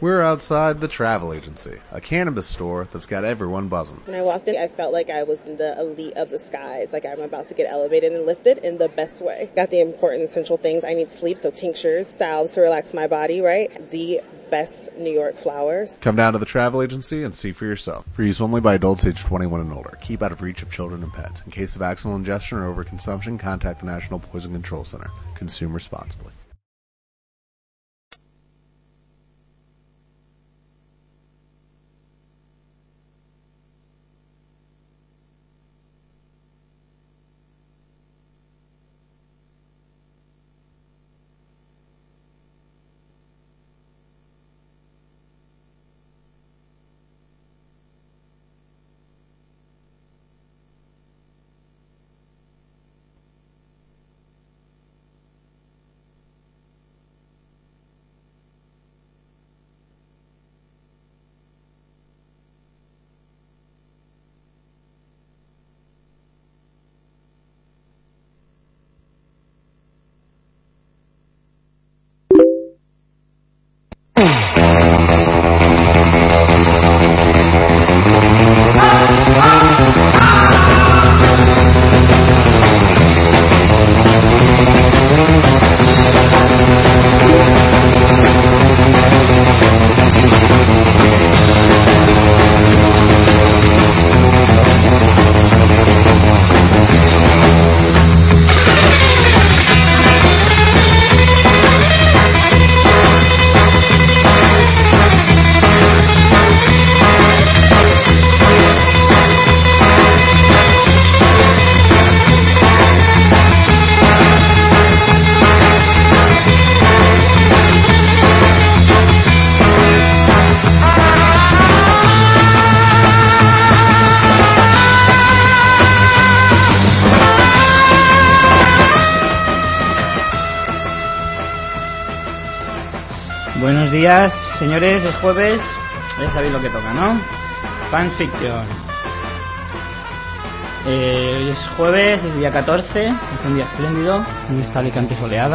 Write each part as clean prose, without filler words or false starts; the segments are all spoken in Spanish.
We're outside the Travel Agency, a cannabis store that's got everyone buzzing. When I walked in, I felt like I was in the elite of the skies, like I'm about to get elevated and lifted in the best way. Got the important essential things. I need sleep, so tinctures, salves to relax my body, right? The best New York flowers. Come down to the Travel Agency and see for yourself. For use only by adults age 21 and older. Keep out of reach of children and pets. In case of accidental ingestion or overconsumption, contact the National Poison Control Center. Consume responsibly. Buenos días, señores, es jueves, ya sabéis lo que toca, ¿no? Fans Fiction. Hoy es jueves, es día 14, es un día espléndido, está Alicante soleada.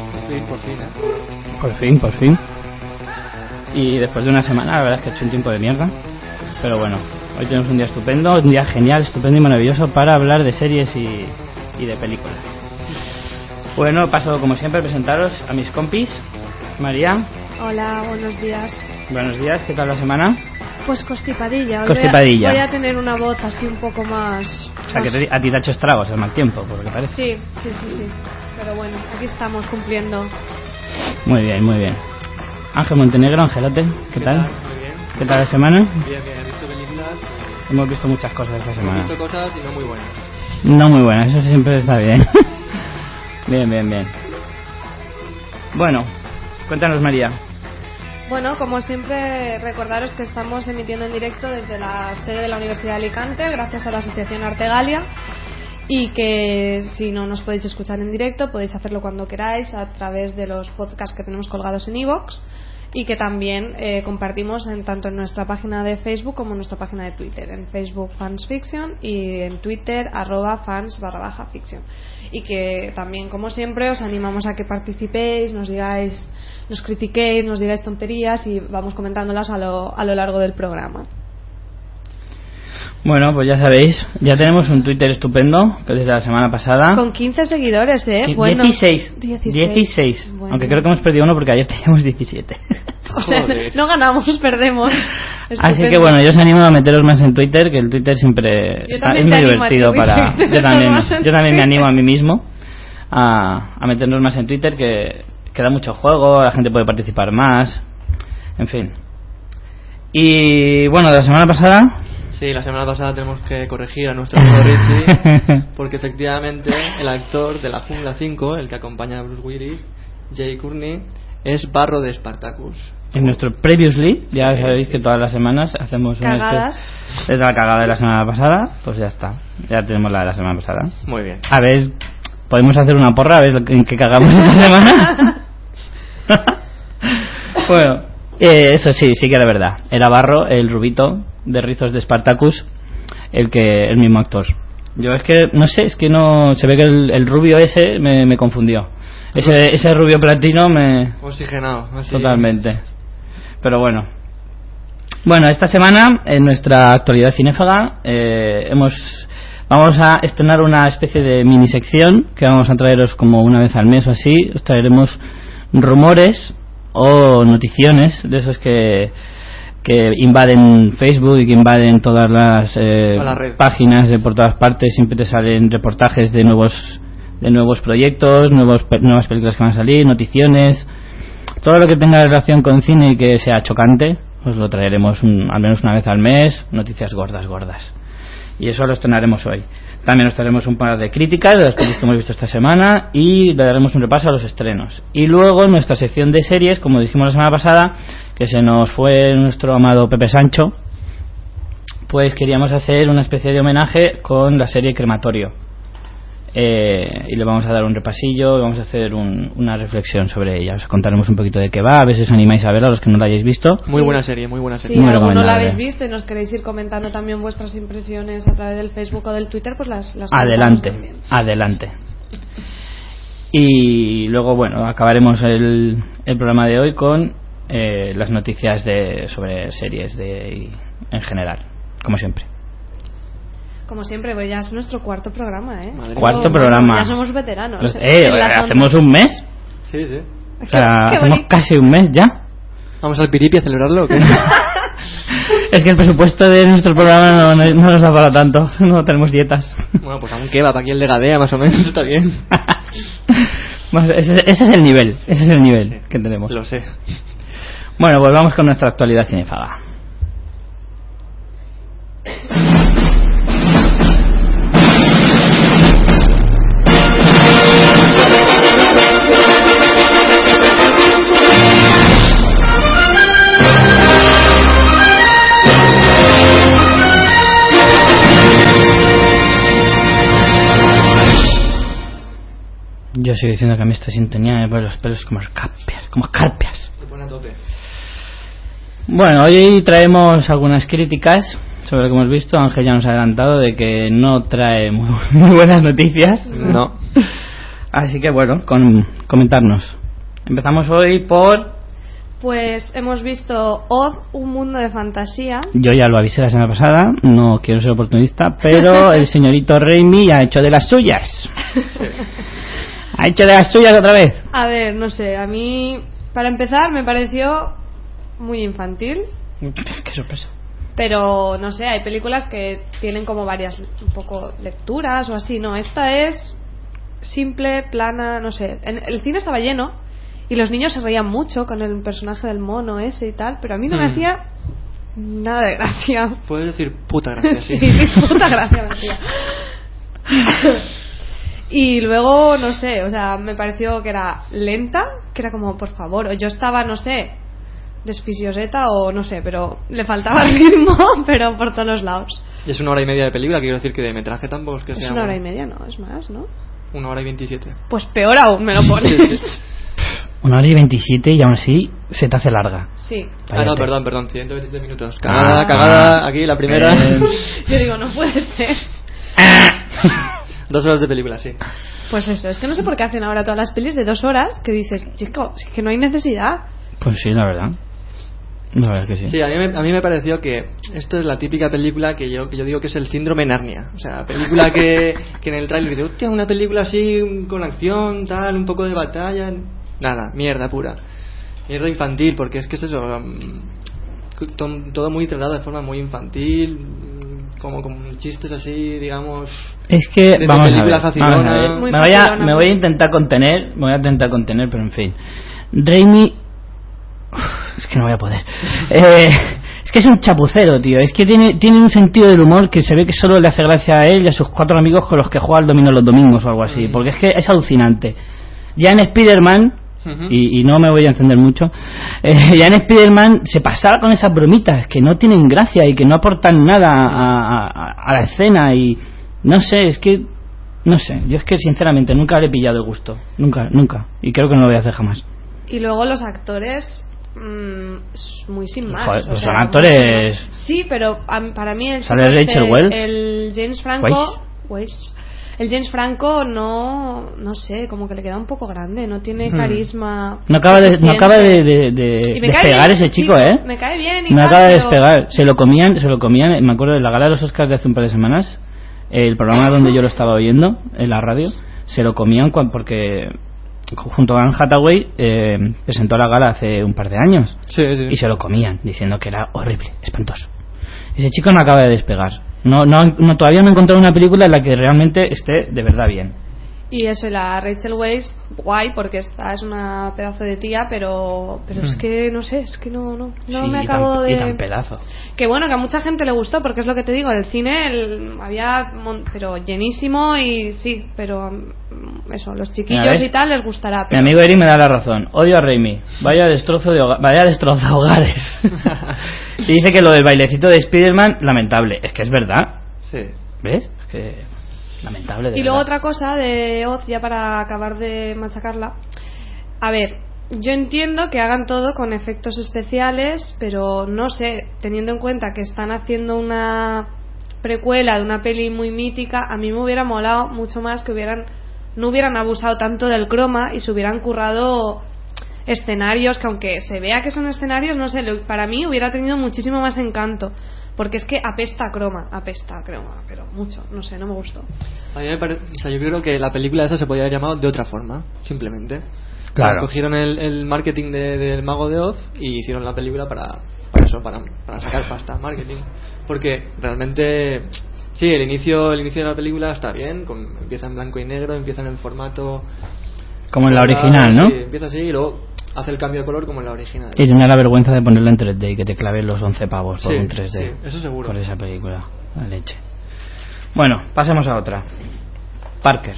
Por fin. Y después de una semana, la verdad es que he hecho un tiempo de mierda. Pero bueno, hoy tenemos un día estupendo, un día genial, estupendo y maravilloso para hablar de series y de películas. Bueno, paso como siempre a presentaros a mis compis. María. Hola, buenos días. Buenos días, ¿qué tal la semana? Pues constipadilla. Constipadilla. Voy a tener una voz así un poco más... O sea, que a ti te ha hecho estragos el mal tiempo, por lo que parece. Sí. Pero bueno, aquí estamos cumpliendo. Muy bien. Ángel Montenegro, Angelote, ¿qué tal? Muy bien. ¿Qué tal la semana? Bien, he visto películas. Hemos visto muchas cosas esta semana. He visto cosas y no muy buenas. No muy buenas, eso siempre está bien. Bien. Bueno, cuéntanos, María. Bueno, como siempre, recordaros que estamos emitiendo en directo desde la sede de la Universidad de Alicante, gracias a la Asociación Artegalia, y que si no nos podéis escuchar en directo, podéis hacerlo cuando queráis a través de los podcasts que tenemos colgados en iVoox, y que también compartimos tanto en nuestra página de Facebook como en nuestra página de Twitter. En Facebook Fans Fiction y en Twitter @fans_fiction. Y que también, como siempre, os animamos a que participéis, nos critiquéis, nos digáis tonterías y vamos comentándolas a lo largo del programa. Bueno, pues ya sabéis, ya tenemos un Twitter estupendo que desde la semana pasada. Con 15 seguidores, Bueno, 16. Bueno. Aunque creo que hemos perdido uno porque ayer teníamos 17. O sea, no ganamos, perdemos. Estupendo. Así que bueno, yo os animo a meteros más en Twitter, que el Twitter siempre es muy divertido para... Yo también me animo a mí mismo a meternos más en Twitter, que da mucho juego, la gente puede participar más, en fin. Y bueno, de la semana pasada... Sí, la semana pasada tenemos que corregir a nuestro amigo Richie, porque efectivamente el actor de La Jungla 5, el que acompaña a Bruce Willis, Jay Courtney, es Barro de Spartacus. En nuestro Previously, ya sabéis que todas las semanas hacemos cagadas. Desde la cagada de la semana pasada, pues ya está, ya tenemos la de la semana pasada. Muy bien. A ver, podemos hacer una porra a ver en qué cagamos esta semana. Bueno, eso sí que era verdad. Era Barro, el rubito de rizos de Spartacus, el mismo actor. Yo es que no sé, se ve que el rubio ese me confundió. Ese rubio platino me... Oxigenado. Así. Totalmente. pero bueno. Bueno, esta semana en nuestra actualidad cinéfaga vamos a estrenar una especie de mini sección que vamos a traeros como una vez al mes o así. Os traeremos rumores o noticiones de esos que invaden Facebook y que invaden todas las páginas de por todas partes. Siempre te salen reportajes de nuevos proyectos, nuevas películas que van a salir, noticiones, todo lo que tenga relación con cine y que sea chocante. Os lo traeremos al menos una vez al mes, noticias gordas. Y eso lo estrenaremos hoy. También os traeremos un par de críticas de las películas que hemos visto esta semana y le daremos un repaso a los estrenos. Y luego en nuestra sección de series, como dijimos la semana pasada, que se nos fue nuestro amado Pepe Sancho, pues queríamos hacer una especie de homenaje con la serie Crematorio. Y le vamos a dar un repasillo, vamos a hacer una reflexión sobre ella. Os contaremos un poquito de qué va, a ver si os animáis a verla, los que no la hayáis visto. Muy buena serie. Si alguno la habéis visto y nos queréis ir comentando también vuestras impresiones a través del Facebook o del Twitter, pues las adelante. Y luego, bueno, acabaremos el programa de hoy con las noticias sobre series en general, como siempre. Como siempre, pues ya es nuestro cuarto programa, Cuarto programa. Ya somos veteranos. ¿Hacemos un mes? Sí. O sea, hacemos casi un mes ya. ¿Vamos al Piripi a celebrarlo o qué? Es que el presupuesto de nuestro programa no nos da para tanto. No tenemos dietas. Bueno, pues a un kebab aquí el de Gadea, más o menos, está bien. Bueno, ese es el nivel. Ese es el nivel que tenemos. Lo sé. Bueno, pues vamos con nuestra actualidad cinéfaga. Yo sigo diciendo que a mí esta sintonía me pone los pelos como escarpias. Me pone a tope. Bueno, hoy traemos algunas críticas sobre lo que hemos visto. Ángel ya nos ha adelantado de que no trae muy buenas noticias. No. Así que bueno, comentarnos. Empezamos hoy por... Pues hemos visto Oz, un mundo de fantasía. Yo ya lo avisé la semana pasada, no quiero ser oportunista, pero el señorito Raimi ha hecho de las suyas. Sí. Ha hecho de las suyas otra vez. A ver, no sé, a mí, para empezar, me pareció muy infantil. Qué sorpresa. Pero, no sé, hay películas que tienen como varias, un poco, lecturas o así, ¿no? Esta es simple, plana, no sé. El cine estaba lleno y los niños se reían mucho con el personaje del mono ese y tal, pero a mí no me hacía nada de gracia. Puedes decir puta gracia, sí. Sí, puta gracia me hacía. Y luego, no sé, o sea, me pareció que era lenta, que era como, por favor, o yo estaba, no sé, despisioseta o no sé, pero le faltaba ritmo, pero por todos los lados. Y es 1 hora y media de película, quiero decir que de metraje tampoco es que sea... Es 1 hora y media, no, es más, ¿no? 1 hora y 27. Pues peor aún me lo pones. Sí. 1 hora y 27 y aún así se te hace larga. Sí. Ah, no, perdón, 127 minutos. Cagada, aquí la primera. Yo digo, no puede ser. 2 horas de película, sí. Pues eso, es que no sé por qué hacen ahora todas las pelis de 2 horas que dices, chico, es que no hay necesidad. Pues sí, la verdad. La verdad que sí. Sí, a mí me pareció que esto es la típica película que yo digo que es el síndrome Narnia. O sea, película que en el tráiler dice, hostia, una película así con acción, tal, un poco de batalla. Nada, mierda pura. Mierda infantil, porque es que es eso. Todo muy tratado de forma muy infantil, como con chistes así, digamos. Es que vamos a ver. Me voy a intentar contener, pero en fin. Raimi, es que no voy a poder. Es que es un chapucero, tío. Es que tiene un sentido del humor que se ve que solo le hace gracia a él y a sus 4 amigos con los que juega al dominó los domingos o algo así, porque es que es alucinante. Ya en Spider-Man, y no me voy a encender mucho, ya en Spider-Man se pasaba con esas bromitas que no tienen gracia y que no aportan nada a la escena, y no sé, es que no sé, yo es que sinceramente nunca le he pillado el gusto, nunca, y creo que no lo voy a hacer jamás. Y luego los actores muy sin más. Joder, pues son actores. Sí, pero para mí el Rachel Welch, el James Franco El James Franco no sé, como que le queda un poco grande, no tiene carisma. No acaba de despegar ese chico, Me cae bien no acaba de despegar. Se lo comían, me acuerdo de la gala de los Oscars de hace un par de semanas, el programa donde yo lo estaba oyendo en la radio, se lo comían porque junto a Anne Hathaway presentó la gala hace un par de años. Sí. Y se lo comían diciendo que era horrible, espantoso. Ese chico no acaba de despegar. Todavía no he encontrado una película en la que realmente esté de verdad bien. Y eso, la Rachel Weisz, guay, porque esta es una pedazo de tía, pero es que no sé, es que no sí, me acabo de... Y tan pedazo. Que bueno, que a mucha gente le gustó, porque es lo que te digo, el cine había pero llenísimo y sí, pero eso, los chiquillos y tal les gustará. Pero... Mi amigo Eri me da la razón, odio a Raimi, vaya destrozo hogares. Y dice que lo del bailecito de Spider-Man, lamentable, es que es verdad. Sí. ¿Ves? Es que... lamentable de y luego verdad. Otra cosa de Oz, ya para acabar de machacarla, a ver, yo entiendo que hagan todo con efectos especiales, pero no sé, teniendo en cuenta que están haciendo una precuela de una peli muy mítica, a mí me hubiera molado mucho más que no hubieran abusado tanto del croma y se hubieran currado escenarios que, aunque se vea que son escenarios, no sé, para mí hubiera tenido muchísimo más encanto. Porque es que apesta croma, pero mucho, no sé, no me gustó. A mí me parece, yo creo que la película esa se podría haber llamado de otra forma, simplemente. Claro. Cogieron el marketing del Mago de Oz y hicieron la película para sacar pasta, marketing. Porque realmente, sí, el inicio de la película está bien, empieza en blanco y negro, empieza en el formato... como en la original, ¿no? Sí, empieza así y luego hace el cambio de color como en la original. Y tenía la vergüenza de ponerla en 3D y que te claven los 11 pavos por un 3D. Sí, eso seguro. Por esa película, la leche. Bueno, pasemos a otra. Parker.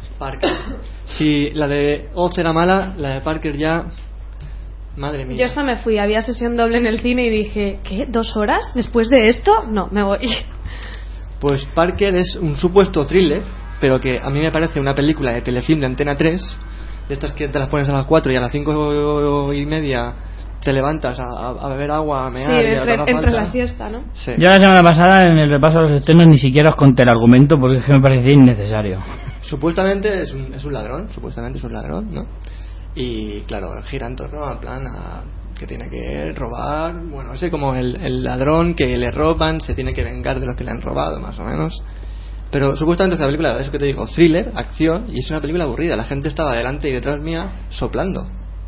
Si la de Oz era mala, la de Parker ya... Madre mía. Yo esta me fui, había sesión doble en el cine y dije, ¿qué? ¿2 horas después de esto? No, me voy. Pues Parker es un supuesto thriller, pero que a mí me parece una película de telefilm de Antena 3, de estas que te las pones a las 4 y a las 5:30 te levantas a beber agua, a mear. Sí, entre la siesta, ¿no? Sí. Yo la semana pasada en el repaso de los estrenos ni siquiera os conté el argumento porque es que me parecía innecesario. Supuestamente es un ladrón, ¿no? Y claro, gira en torno a plan que tiene que robar, bueno, ese como el ladrón que le roban, se tiene que vengar de los que le han robado, más o menos. Pero supuestamente es una película, eso que te digo, thriller, acción, y es una película aburrida. La gente estaba delante y detrás mía soplando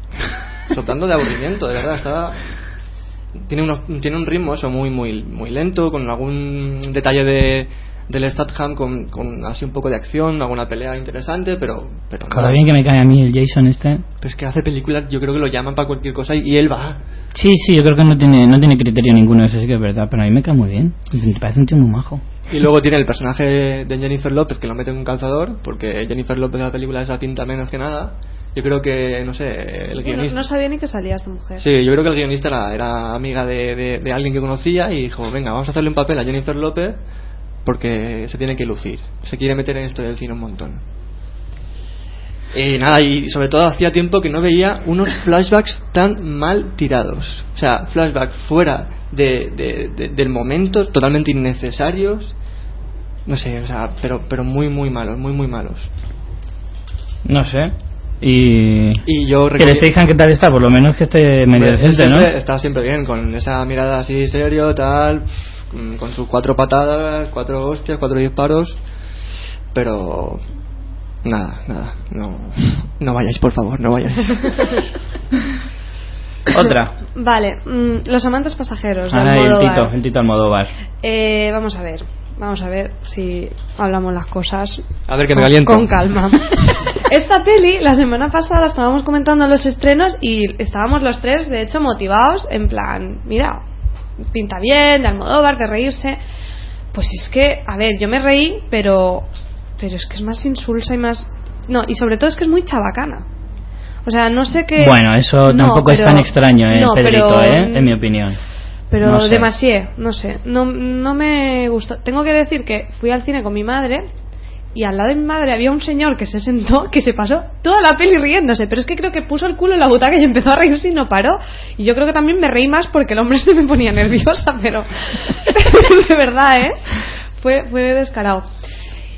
de aburrimiento, de verdad. Tiene un ritmo eso muy muy muy lento, con algún detalle del Statham, con así un poco de acción, alguna pelea interesante, pero cada bien que me cae a mí el Jason este. Pues es que hace películas, yo creo que lo llaman para cualquier cosa y él va. Sí, yo creo que no tiene criterio ninguno, eso sí que es verdad, pero a mí me cae muy bien, me parece un tío muy majo. Y luego tiene el personaje de Jennifer López, que lo mete en un calzador, porque Jennifer López de la película esa pinta menos que nada. Yo creo que, no sé, el guionista... No sabía ni que salía esta mujer. Sí, yo creo que el guionista era amiga de alguien que conocía y dijo, venga, vamos a hacerle un papel a Jennifer López porque se tiene que lucir. Se quiere meter en esto del cine un montón. Y nada, y sobre todo hacía tiempo que no veía unos flashbacks tan mal tirados. O sea, flashbacks fuera del momento, totalmente innecesarios. No sé, o sea, pero muy muy malos, muy muy malos. No sé. Y yo que les digan qué tal está, por lo menos que esté medio decente, ¿no? Está siempre bien, con esa mirada así serio, tal, con sus 4 patadas, 4 hostias, 4 disparos, pero nada, no vayáis, por favor, no vayáis. Otra. Vale, Los amantes pasajeros de Almodóvar. El Tito Almodóvar. Vamos a ver si hablamos las cosas. A ver, que me caliento. Con calma. Esta peli, la semana pasada estábamos comentando los estrenos y estábamos los tres, de hecho, motivados en plan, mira, pinta bien, de Almodóvar, de reírse. Pues es que, a ver, yo me reí, pero es que es más insulsa y más... No, y sobre todo es que es muy chabacana. O sea, no sé qué... Bueno, eso tampoco es tan extraño, Pedrito, en mi opinión. Pero no sé. demasiado, no sé, no me gustó. Tengo que decir que fui al cine con mi madre y al lado de mi madre había un señor que se sentó, que se pasó toda la peli riéndose, pero es que creo que puso el culo en la butaca y empezó a reírse y no paró. Y yo creo que también me reí más porque el hombre se me ponía nerviosa, pero de verdad, fue descarado.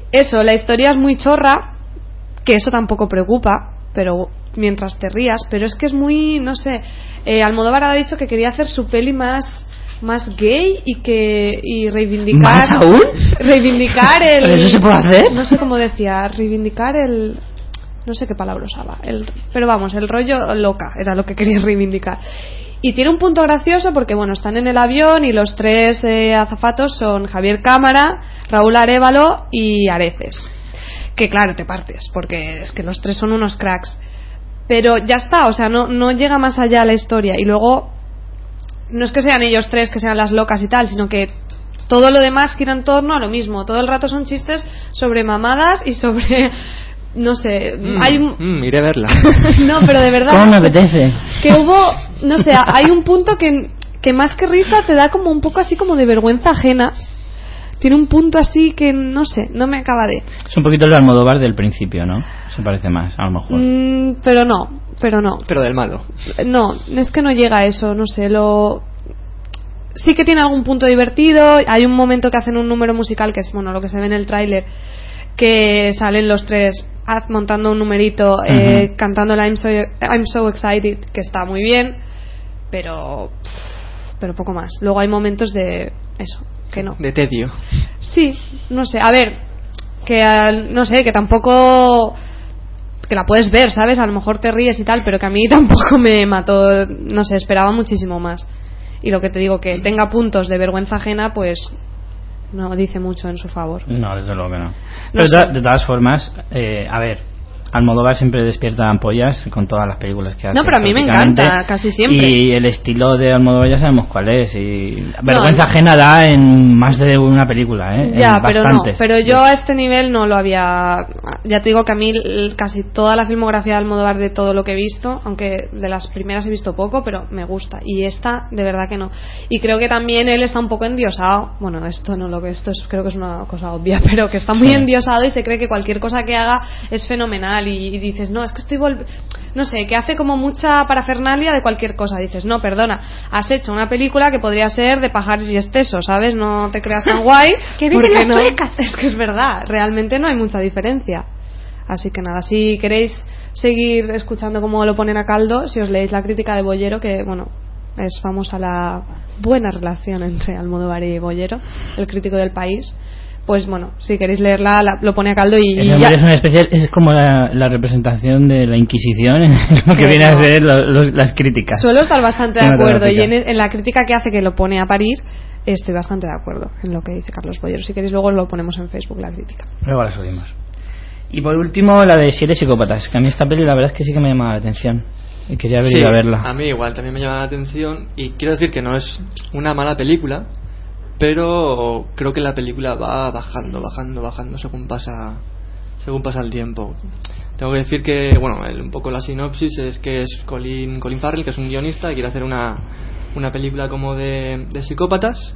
eso, la historia es muy chorra, que eso tampoco preocupa, pero mientras te rías, pero es que es muy, no sé, Almodóvar ha dicho que quería hacer su peli más gay y reivindicar ¿más aún? Reivindicar el ¿pero eso se puede hacer? no sé cómo decía, reivindicar el, no sé qué palabra usaba, pero vamos, el rollo loca era lo que quería reivindicar. Y tiene un punto gracioso porque bueno, están en el avión y los tres azafatos son Javier Cámara, Raúl Arévalo y Areces, que claro, te partes porque es que los tres son unos cracks, pero ya está, o sea, no llega más allá la historia. Y luego no es que sean ellos tres que sean las locas y tal, sino que todo lo demás gira en torno a lo mismo. Todo el rato son chistes sobre mamadas y sobre, no sé, iré a verla. No, pero de verdad, ¿cómo me apetece? que hubo, no sé, hay un punto que más que risa te da como un poco así como de vergüenza ajena. Tiene un punto así que no sé, no me acaba de... Es un poquito el Almodóvar del principio, ¿no? Se parece más, a lo mejor. Pero no. Pero del malo. No, es que no llega a eso, no sé, sí que tiene algún punto divertido. Hay un momento que hacen un número musical que es, bueno, lo que se ve en el tráiler, que salen los tres montando un numerito, cantando la I'm so excited, que está muy bien, pero poco más. Luego hay momentos de eso, que no. De tedio. Sí, no sé, a ver, no sé, que tampoco, que la puedes ver, ¿sabes? A lo mejor te ríes y tal, pero que a mí tampoco me mató, no sé, esperaba muchísimo más. Y lo que te digo, que tenga puntos de vergüenza ajena, pues no dice mucho en su favor. No, desde luego que no. Pero de todas formas, a ver, Almodóvar siempre despierta ampollas con todas las películas que hace. No, pero a mí me encanta, casi siempre. Y el estilo de Almodóvar ya sabemos cuál es. Y vergüenza ajena da en más de una película, ¿eh? Ya, pero bastantes. No, pero yo a este nivel no lo había. Ya te digo que a mí casi toda la filmografía de Almodóvar, de todo lo que he visto, aunque de las primeras he visto poco, pero me gusta. Y esta, de verdad que no. Y creo que también él está un poco endiosado. Bueno, esto creo que es una cosa obvia, pero que está muy endiosado y se cree que cualquier cosa que haga es fenomenal. Y dices, no, es que estoy no sé, que hace como mucha parafernalia de cualquier cosa. Dices, no, perdona, has hecho una película que podría ser de pajares y estesos, ¿sabes? No te creas tan guay. Porque no, es que es verdad, realmente no hay mucha diferencia. Así que nada, si queréis seguir escuchando cómo lo ponen a caldo, si os leéis la crítica de Bollero, que bueno, es famosa la buena relación entre Almodóvar y Bollero, el crítico del País. Pues bueno, si queréis leerla, lo pone a caldo y ya. Es una especial, es como la representación de la Inquisición en lo que viene a ser las críticas. Suelo estar bastante de acuerdo, y en la crítica que hace, que lo pone a parir, estoy bastante de acuerdo en lo que dice Carlos Bollero. Si queréis luego lo ponemos en Facebook, la crítica. Luego la subimos. Y por último, la de 7 psicópatas, que a mí esta peli la verdad es que sí que me llama la atención y quería ir a verla. A mí igual también me llama la atención, y quiero decir que no es una mala película, pero creo que la película va bajando según pasa el tiempo. Tengo que decir que, bueno, un poco la sinopsis es que es Colin Farrell, que es un guionista y quiere hacer una película como de psicópatas,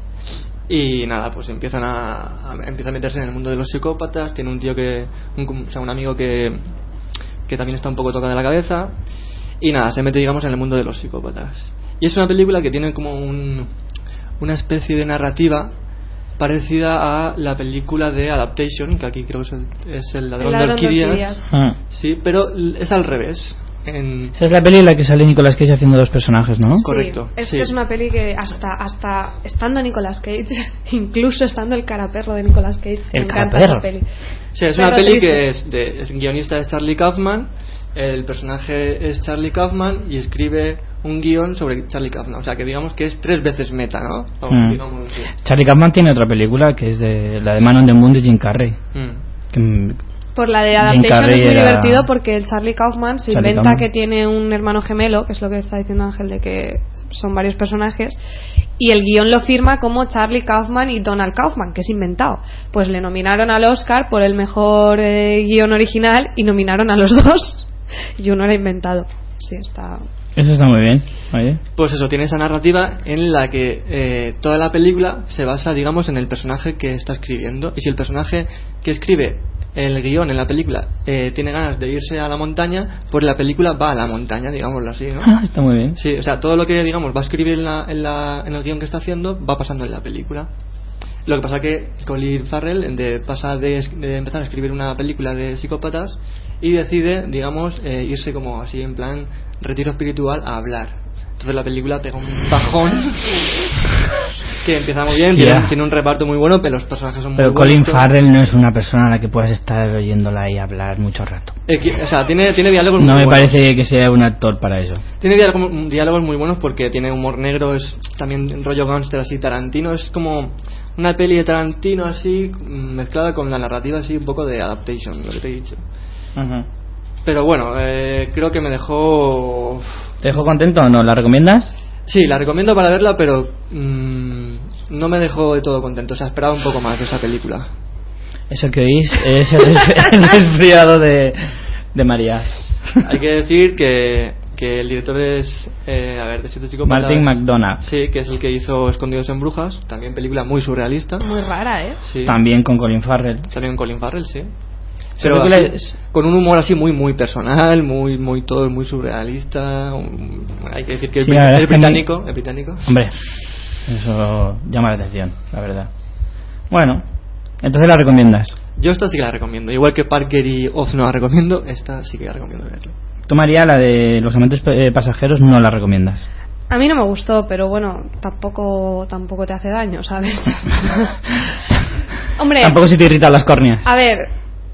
y nada, pues empieza a meterse en el mundo de los psicópatas. Tiene un tío un amigo que también está un poco tocado de la cabeza, y nada, se mete, digamos, en el mundo de los psicópatas. Y es una película que tiene como una especie de narrativa parecida a la película de Adaptation, que aquí creo que es el ladrón de orquídeas. Sí, pero es al revés. Esa es la peli en la que sale Nicolas Cage haciendo dos personajes, ¿no? Sí, correcto. Es una peli que hasta estando Nicolas Cage, incluso estando el caraperro de Nicolas Cage, me encanta esa peli. Sí, es una peli que es guionista de Charlie Kaufman. El personaje es Charlie Kaufman y escribe un guión sobre Charlie Kaufman, o sea que digamos que es 3 veces meta, ¿no? Digamos, sí. Charlie Kaufman tiene otra película que es la de Man on the Moon de Jim Carrey. Por la de Adaptation es muy divertido porque el Charlie Kaufman se inventa que tiene un hermano gemelo, que es lo que está diciendo Ángel, de que son varios personajes, y el guión lo firma como Charlie Kaufman y Donald Kaufman, que es inventado. Pues le nominaron al Oscar por el mejor guión original y nominaron a los dos y uno era inventado. Sí, eso está muy bien. Oye. Pues eso, tiene esa narrativa en la que toda la película se basa, digamos, en el personaje que está escribiendo, y si el personaje que escribe el guión en la película tiene ganas de irse a la montaña, pues la película va a la montaña, digámoslo así, ¿no? Está muy bien. Sí, o sea, todo lo que, digamos, va a escribir en el guión que está haciendo va pasando en la película. Lo que pasa que Colin Farrell pasa de empezar a escribir una película de psicópatas y decide, digamos, irse como así en plan retiro espiritual a hablar. Entonces la película pega un bajón que empieza muy bien, tiene un reparto muy bueno, pero los personajes son muy buenos. Pero Colin Farrell no es una persona a la que puedas estar oyéndola y hablar mucho rato. O sea, tiene diálogos muy buenos. No me parece que sea un actor para eso. Tiene diálogos muy buenos porque tiene humor negro, es también rollo gángster así, Tarantino, es como una peli de Tarantino así mezclada con la narrativa así un poco de Adaptation, lo que te he dicho. Uh-huh. Pero bueno, creo que me dejó... ¿Te dejó contento o no? ¿La recomiendas? Sí, la recomiendo para verla, pero no me dejó de todo contento. O sea, esperaba un poco más de esa película. Eso que oís es el resfriado de María. Hay que decir que el director es de Siete Psicópatas, Martin McDonagh. Sí, que es el que hizo Escondidos en Brujas, también película muy surrealista. Muy rara, Sí. También con Colin Farrell. También con Colin Farrell, sí. Pero así, con un humor así muy muy personal, muy todo muy surrealista. Hay que decir que sí, es británico. Hombre, eso llama la atención, la verdad. Bueno, entonces la recomiendas. Yo esta sí que la recomiendo. Igual que Parker y Oz no la recomiendo, esta sí que la recomiendo verla. Tú, María, la de Los amantes pasajeros no la recomiendas. A mí no me gustó, pero bueno, tampoco te hace daño, ¿sabes? Hombre, tampoco si te irritan las córneas. A ver,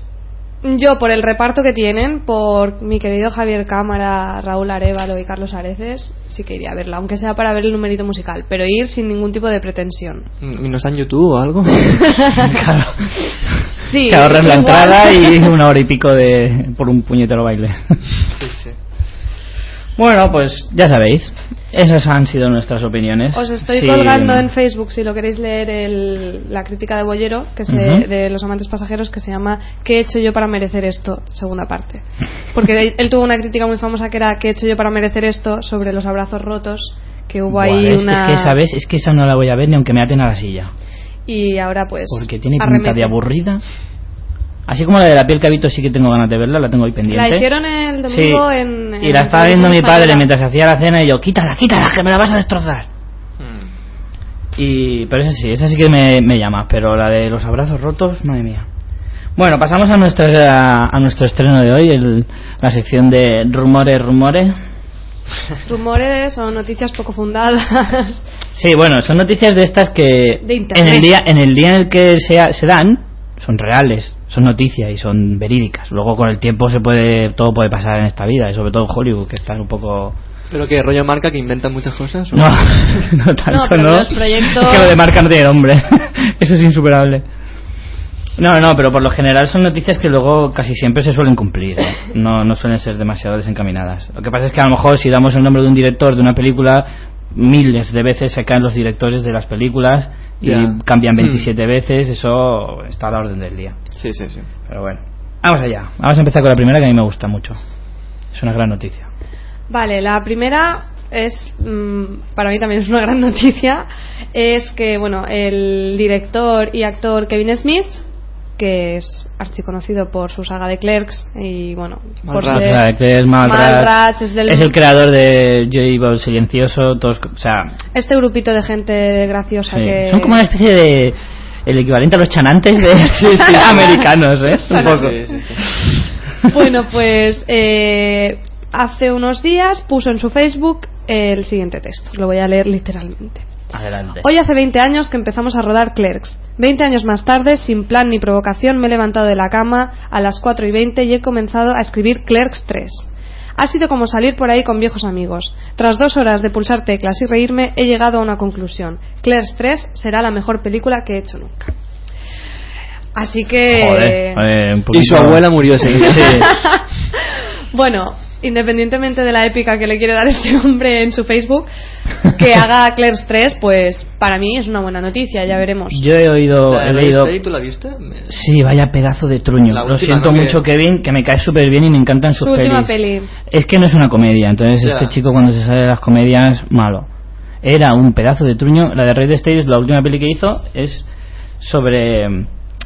yo por el reparto que tienen, por mi querido Javier Cámara, Raúl Arévalo y Carlos Areces, sí que iría a verla, aunque sea para ver el numerito musical, pero ir sin ningún tipo de pretensión. ¿Y no está en YouTube o algo? Claro. Sí, que ahorras la entrada y 1 hora y pico por un puñetero baile. Sí. Bueno, pues ya sabéis, esas han sido nuestras opiniones. Os estoy colgando en Facebook, si lo queréis leer, la crítica de Bollero, que de Los amantes pasajeros, que se llama ¿Qué he hecho yo para merecer esto? Segunda parte. Porque él tuvo una crítica muy famosa que era ¿Qué he hecho yo para merecer esto? Sobre los abrazos rotos, que hubo ahí una... Es que esa no la voy a ver ni aunque me aten a la silla. Y ahora pues... Porque tiene pinta de aburrida. Así como la de La piel que habito, sí que tengo ganas de verla, la tengo ahí pendiente. La hicieron el domingo en y la estaba viendo mi padre mientras hacía la cena y yo, quítala, que me la vas a destrozar. Pero esa sí que me llama, pero la de los abrazos rotos, madre mía. Bueno, pasamos a nuestro estreno de hoy, la sección de rumores. Rumores o noticias poco fundadas. Sí, bueno, son noticias de estas que de internet. en el día en el que se dan, son reales. Son noticias y son verídicas. Luego con el tiempo todo puede pasar en esta vida, y sobre todo en Hollywood, que están un poco... ¿Pero qué, rollo marca que inventan muchas cosas? No, no tanto, pero no. Los proyectos... Es que lo de marca no tiene nombre. Eso es insuperable. No, pero por lo general son noticias que luego casi siempre se suelen cumplir, ¿eh? No suelen ser demasiado desencaminadas. Lo que pasa es que a lo mejor si damos el nombre de un director de una película, miles de veces se caen los directores de las películas y cambian 27 veces. Eso está a la orden del día. Sí. Pero bueno, vamos allá. Vamos a empezar con la primera, que a mí me gusta mucho. Es una gran noticia. Vale, la primera es, para mí también es una gran noticia. Es que, bueno, el director y actor Kevin Smith, que es archiconocido por su saga de Clerks y, bueno, por ser Mallrats, es el creador de Joey Bob Silencioso, todos, o sea, este grupito de gente graciosa que... Son como una especie de... el equivalente a los chanantes de americanos, un poco. Sí. Bueno, pues hace unos días puso en su Facebook el siguiente texto. Lo voy a leer literalmente. Adelante. Hoy hace 20 años que empezamos a rodar Clerks. 20 años más tarde, sin plan ni provocación, me he levantado de la cama a las 4:20 y he comenzado a escribir Clerks 3. Ha sido como salir por ahí con viejos amigos. Tras 2 horas de pulsar teclas y reírme, he llegado a una conclusión. Clerks 3 será la mejor película que he hecho nunca. Así que... Joder, un poquito... Y su abuela murió ese día. Sí. Bueno, independientemente de la épica que le quiere dar este hombre en su Facebook, que haga Clerks 3, pues para mí es una buena noticia, ya veremos. Yo he leído... ¿Tú la viste? Sí, vaya pedazo de truño. Lo siento mucho, Kevin, que me cae súper bien y me encantan sus pelis. Su última peli. Es que no es una comedia, entonces este chico cuando se sale de las comedias, malo. Era un pedazo de truño. La de Red Stage, la última peli que hizo, es sobre...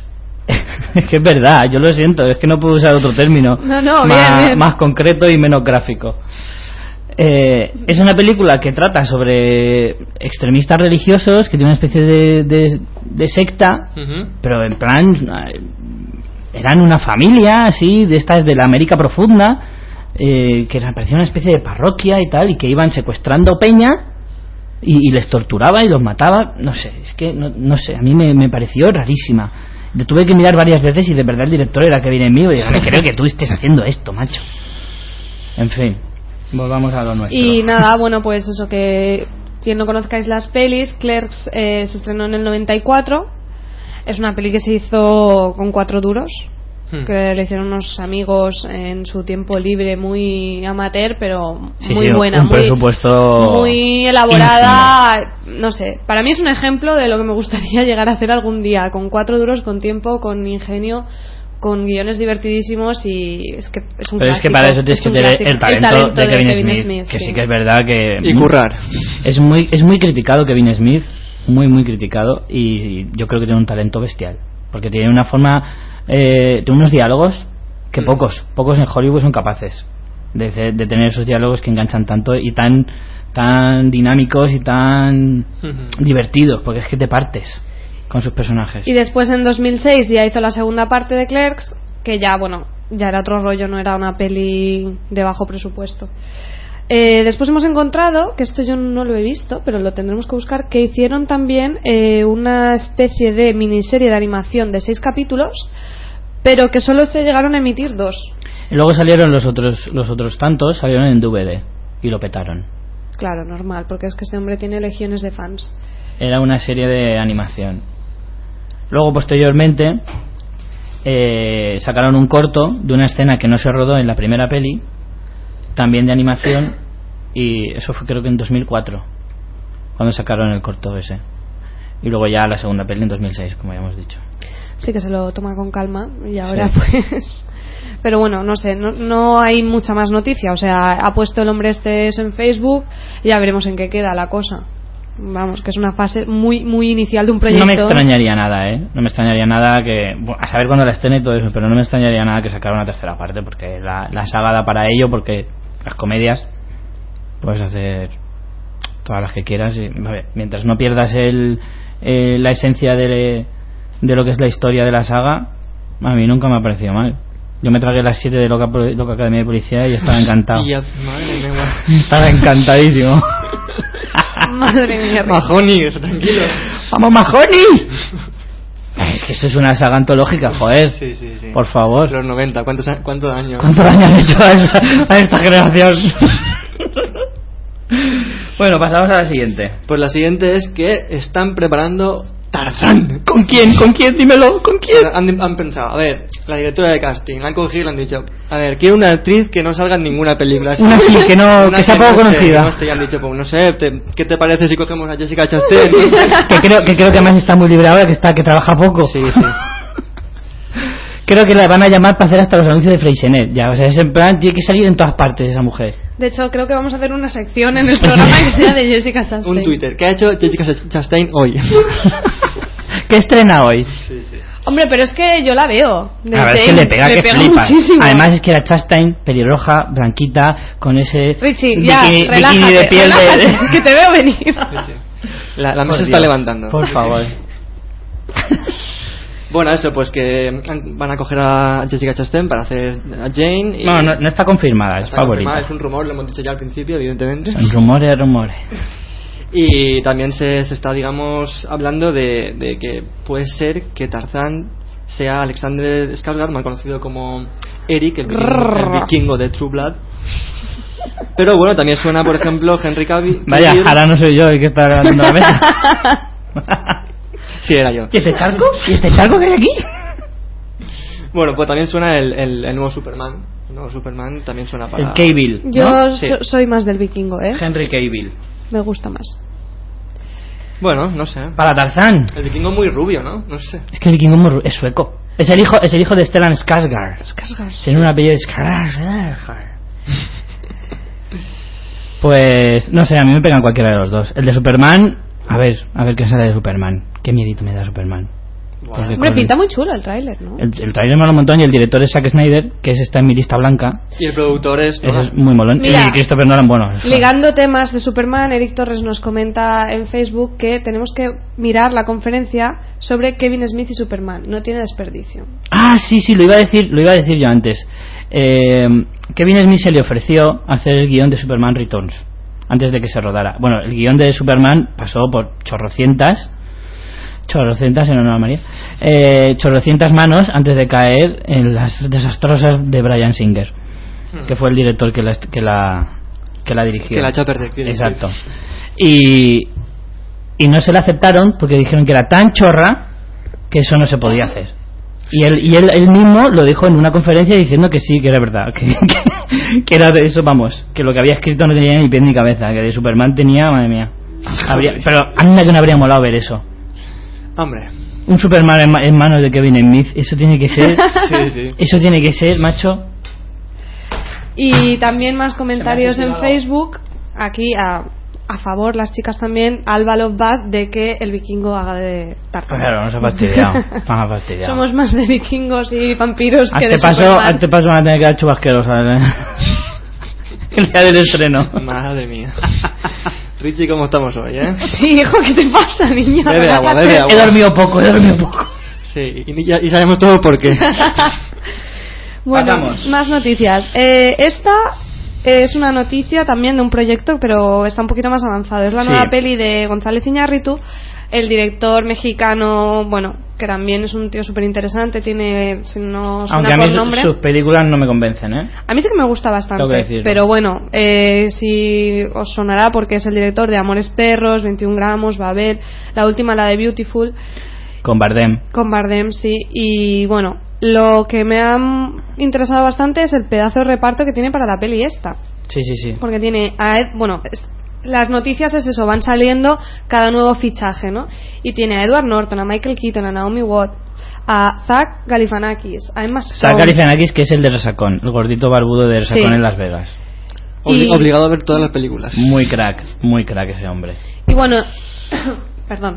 Es que es verdad, yo lo siento, es que no puedo usar otro término bien. Más concreto y menos gráfico. Es una película que trata sobre extremistas religiosos, que tiene una especie de de secta, pero en plan eran una familia así de estas de la América profunda, que parecía una especie de parroquia y tal, y que iban secuestrando peña y les torturaba y los mataba. No sé, es que no sé, a mí me pareció rarísima. Lo tuve que mirar varias veces y de verdad el director era Kevin Smith y digo, me creo que tú estés haciendo esto, macho. En fin, volvamos a lo nuestro. Y nada, bueno, pues eso, que quien no conozcáis las pelis, Clerks se estrenó en el 94. Es una peli que se hizo con 4 duros, que le hicieron unos amigos en su tiempo libre, muy amateur, pero muy buena, un presupuesto muy elaborada. No sé, para mí es un ejemplo de lo que me gustaría llegar a hacer algún día, con 4 duros, con tiempo, con ingenio, con guiones divertidísimos. Y es que es un pero clásico, es que para eso tienes que tener el talento de Kevin Smith, que sí que es verdad que y currar. Es muy criticado Kevin Smith, muy criticado, y yo creo que tiene un talento bestial, porque tiene una forma, tiene unos diálogos que pocos en Hollywood son capaces de tener esos diálogos que enganchan tanto y tan dinámicos y tan divertidos, porque es que te partes con sus personajes. Y después en 2006 ya hizo la segunda parte de Clerks, que ya era otro rollo, no era una peli de bajo presupuesto. Después hemos encontrado, que esto yo no lo he visto, pero lo tendremos que buscar, que hicieron también una especie de miniserie de animación de 6 capítulos, pero que solo se llegaron a emitir 2. Y luego salieron los otros tantos, salieron en DVD y lo petaron. Claro, normal, porque es que este hombre tiene legiones de fans. Era una serie de animación. Luego, posteriormente, sacaron un corto de una escena que no se rodó en la primera peli, también de animación, y eso fue creo que en 2004 cuando sacaron el corto ese, y luego ya la segunda peli en 2006, como ya hemos dicho. Sí, que se lo toma con calma y ahora pues pero bueno, no sé, no hay mucha más noticia. O sea, ha puesto el hombre eso en Facebook y ya veremos en qué queda la cosa. Vamos, que es una fase muy inicial de un proyecto. No me extrañaría nada, no me extrañaría nada que, a saber cuándo la estrene y todo eso, pero no me extrañaría nada que sacara una tercera parte, porque la saga da para ello, porque las comedias puedes hacer todas las que quieras y, mientras no pierdas la esencia de lo que es la historia de la saga, a mí nunca me ha parecido mal. Yo me tragué las 7 de Loca Academia de Policía y estaba encantado. Estaba encantadísimo. Madre mía. Mahoney, tranquilo. ¡Vamos, Mahoney! Es que eso es una saga antológica, joder. Sí. Por favor. Los 90, ¿cuántos años? ¿Cuántos años han hecho a esta generación? Bueno, pasamos a la siguiente. Pues la siguiente es que están preparando Tarzán. ¿Con quién? Dímelo, ¿con quién? Han pensado, a ver, la directora de casting la han cogido y le han dicho, a ver, quiero una actriz que no salga en ninguna película. Una así, que sea poco conocida. Y han dicho, pues no sé, ¿qué te parece si cogemos a Jessica Chastain? que creo que además está muy libre ahora, que trabaja poco. Sí. Creo que la van a llamar para hacer hasta los anuncios de Freixenet. Ya, o sea, es en plan, tiene que salir en todas partes esa mujer. De hecho, creo que vamos a hacer una sección en el programa que sea de Jessica Chastain. Un Twitter. ¿Qué ha hecho Jessica Chastain hoy? ¿Qué estrena hoy? Sí. Hombre, pero es que yo la veo. A ver, es que le pega muchísimo. Además es que era Chastain, pelirroja, blanquita, con ese Richie, bikini de piel de... que te veo venir. Sí. La mesa está levantando. Por favor. Bueno, eso, pues que van a coger a Jessica Chastain para hacer a Jane. Y no está confirmada, es favorita. Es un rumor, lo hemos dicho ya al principio, evidentemente. Son rumores. Y también se está, digamos, hablando de que puede ser que Tarzán sea Alexander Skarsgård, mal conocido como Eric, el vikingo de True Blood. Pero bueno, también suena, por ejemplo, Henry Cavill. Vaya, ahora no soy yo el que está levantando la mesa. Sí, era yo. ¿Y este charco? Que hay aquí? Bueno, pues también suena el nuevo Superman. El nuevo Superman también suena para... El Cavill, ¿no? Yo soy más del vikingo, Henry Cavill. Me gusta más. Bueno, no sé. Para Tarzán. El vikingo muy rubio, ¿no? No sé. Es que el vikingo es sueco. Es el hijo de Stellan Skarsgård. Tiene un apellido de Skarsgård. Pues no sé, a mí me pegan cualquiera de los dos. El de Superman, a ver qué sale de Superman. Qué miedito me da Superman. Hombre, pinta muy chulo el tráiler, ¿no? El tráiler mola un montón y el director es Zack Snyder, que está en mi lista blanca. Y el productor es muy molón. Mira, y Christopher Nolan, bueno. Ligando temas de Superman, Eric Torres nos comenta en Facebook que tenemos que mirar la conferencia sobre Kevin Smith y Superman. No tiene desperdicio. Ah, sí, lo iba a decir yo antes. Kevin Smith se le ofreció hacer el guión de Superman Returns antes de que se rodara. Bueno, el guión de Superman pasó por chorrocientas en honor a María, chorrocientas manos antes de caer en las desastrosas de Bryan Singer, que fue el director que la dirigió, que la echó a perder. Exacto. Y no se la aceptaron porque dijeron que era tan chorra que eso no se podía hacer. Y él mismo lo dijo en una conferencia diciendo que sí, que era verdad, que era de eso, vamos, que lo que había escrito no tenía ni pie ni cabeza, que de Superman tenía, madre mía. Pero anda que no habría molado ver eso. Hombre, un Superman en manos de Kevin Smith, eso tiene que ser. sí. Eso tiene que ser, macho. Y también más comentarios en Facebook. Aquí a favor, las chicas también, Alba Love Buzz, de que el vikingo haga de Tarzán. Claro, nos ha fastidiado. Somos más de vikingos y vampiros que de Superman. Superman. A este paso van a tener que dar chubasqueros, ¿sabes? El día del estreno. Madre mía. Richie, ¿cómo estamos hoy, Sí, hijo, ¿qué te pasa, niña? Bebe agua. He dormido poco. Sí, y sabemos todo por qué. Bueno, pasamos. Más noticias. Esta es una noticia también de un proyecto, pero está un poquito más avanzado. Es la nueva peli de González Iñárritu, el director mexicano, bueno, que también es un tío súper interesante, tiene, si no suena aunque a por mí nombre, sus películas no me convencen, A mí sí que me gusta bastante, pero bueno, si os sonará porque es el director de Amores Perros, 21 gramos, Babel, la última, la de Beautiful, con Bardem, sí. Y bueno, lo que me ha interesado bastante es el pedazo de reparto que tiene para la peli esta. Sí. Porque tiene a las noticias es eso, van saliendo cada nuevo fichaje, ¿no? Y tiene a Edward Norton, a Michael Keaton, a Naomi Watts, a Zach Galifianakis, a Emma Stone. Zach Galifianakis, que es el de Resacón, el gordito barbudo de Resacón en Las Vegas. Obligado a ver todas las películas. Muy crack ese hombre. Y bueno, perdón,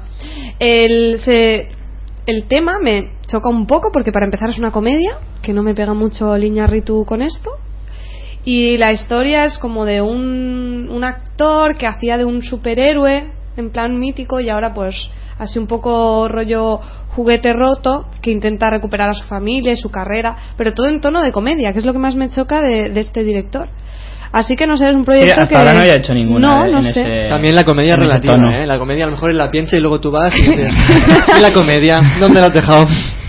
el tema me choca un poco porque para empezar es una comedia, que no me pega mucho Iñárritu con esto. Y la historia es como de un actor que hacía de un superhéroe en plan mítico y ahora pues así un poco rollo juguete roto, que intenta recuperar a su familia y su carrera, pero todo en tono de comedia, que es lo que más me choca de este director. Así que no sé, es un proyecto hasta ahora no había hecho ninguna. No sé. También la comedia es relativa, La comedia a lo mejor la piensa y luego tú vas y dices, ¿y la comedia? ¿Dónde la has dejado?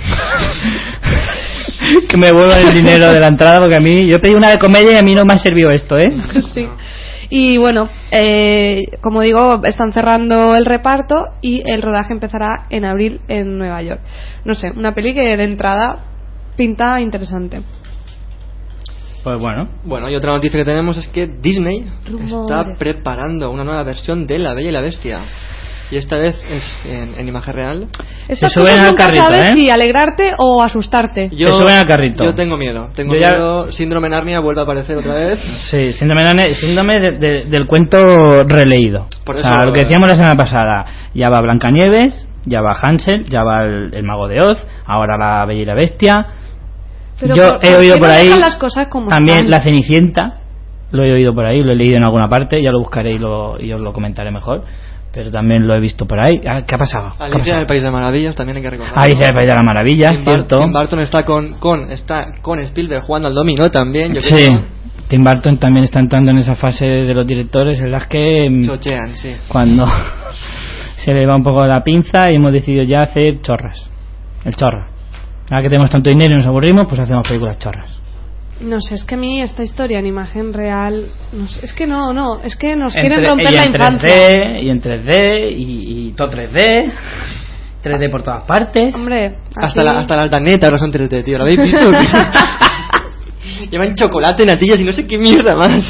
Que me vuelvan el dinero de la entrada, porque a mí, yo pedí una de comedia y a mí no me ha servido esto, Sí. Y bueno, como digo, están cerrando el reparto y el rodaje empezará en abril en Nueva York. No sé, una peli que de entrada pinta interesante. Pues bueno. Bueno, y otra noticia que tenemos es que Disney está preparando una nueva versión de La Bella y la Bestia. Y esta vez es en imagen real. Estas cosas nunca sabes si alegrarte o asustarte. Se suben al carrito. Yo tengo miedo. Miedo. Síndrome Narnia vuelve a aparecer otra vez. Sí, síndrome del cuento releído. Por eso, lo que decíamos la semana pasada. Ya va Blancanieves, ya va Hansel, ya va el Mago de Oz, ahora La Bella y la Bestia. Pero yo he oído por ahí las cosas como también están? La Cenicienta. Lo he oído por ahí, lo he leído en alguna parte. Ya lo buscaré y os lo comentaré mejor. Pero también lo he visto por ahí. ¿Qué ha pasado? Alicia en el País de Maravillas también hay que recordar. Alicia en el País de las Maravillas, cierto. Tim Burton está con Spielberg jugando al dominó también. Tim Burton también está entrando en esa fase de los directores en las que chochean, sí. Cuando se le va un poco la pinza y hemos decidido ya hacer chorras. El chorro. Ahora que tenemos tanto dinero y nos aburrimos, pues hacemos películas chorras. No sé, es que a mí esta historia en imagen real, no sé, es que es que nos quieren romper la infancia. 3D, y en 3D y todo 3D por todas partes. Hombre, hasta la altaneta ahora son 3D, tío, ¿lo habéis visto? Llevan chocolate, natillas y no sé qué mierda más.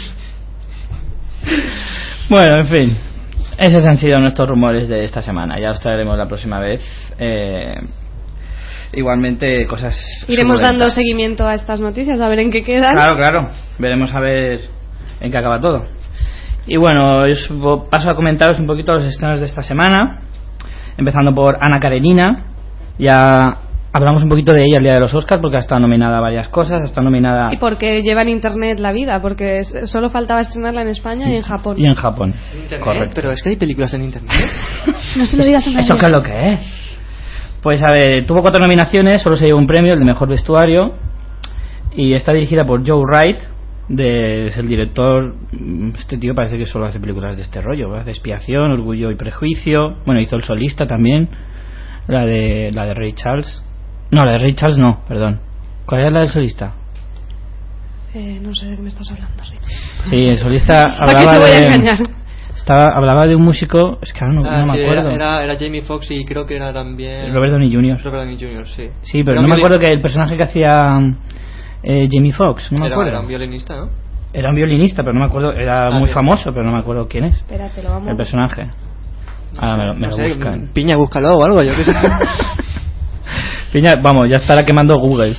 Bueno, en fin, esos han sido nuestros rumores de esta semana. Ya os traeremos la próxima vez. Igualmente cosas iremos dando seguimiento a estas noticias, a ver en qué quedan. Claro, veremos a ver en qué acaba todo. Y bueno, os paso a comentaros un poquito los estrenos de esta semana, empezando por Ana Karenina, Ya hablamos un poquito de ella el día de los Oscars porque ha estado nominada a varias cosas, ha estado nominada... Y porque lleva en internet la vida, porque solo faltaba estrenarla en España y en Japón. Y en Japón, correcto. Pero es que hay películas en internet. No se lo digas a nadie. ¿Eso qué es lo que es? Pues a ver, tuvo 4 nominaciones, solo se llevó un premio, el de mejor vestuario, y está dirigida por Joe Wright, es el director. Este tío parece que solo hace películas de este rollo, hace Expiación, Orgullo y Prejuicio, bueno, hizo El Solista también, la de Ray Charles. No, la de Ray Charles no, perdón. ¿Cuál es la del Solista? No sé de qué me estás hablando, Rich. Sí, El Solista hablaba de un músico, es que ahora no me acuerdo. Era Jamie Foxx y creo que era también Robert Downey Jr. Sí. Sí, pero no me acuerdo que el personaje que hacía Jamie Foxx, no me acuerdo. Era un violinista, ¿no? Era un violinista, pero no me acuerdo, era muy famoso, pero no me acuerdo quién es. Espérate, lo vamos. El personaje. Ahora me lo buscan. Piña, búscalo o algo, yo qué sé. Piña, vamos, ya estará quemando Google.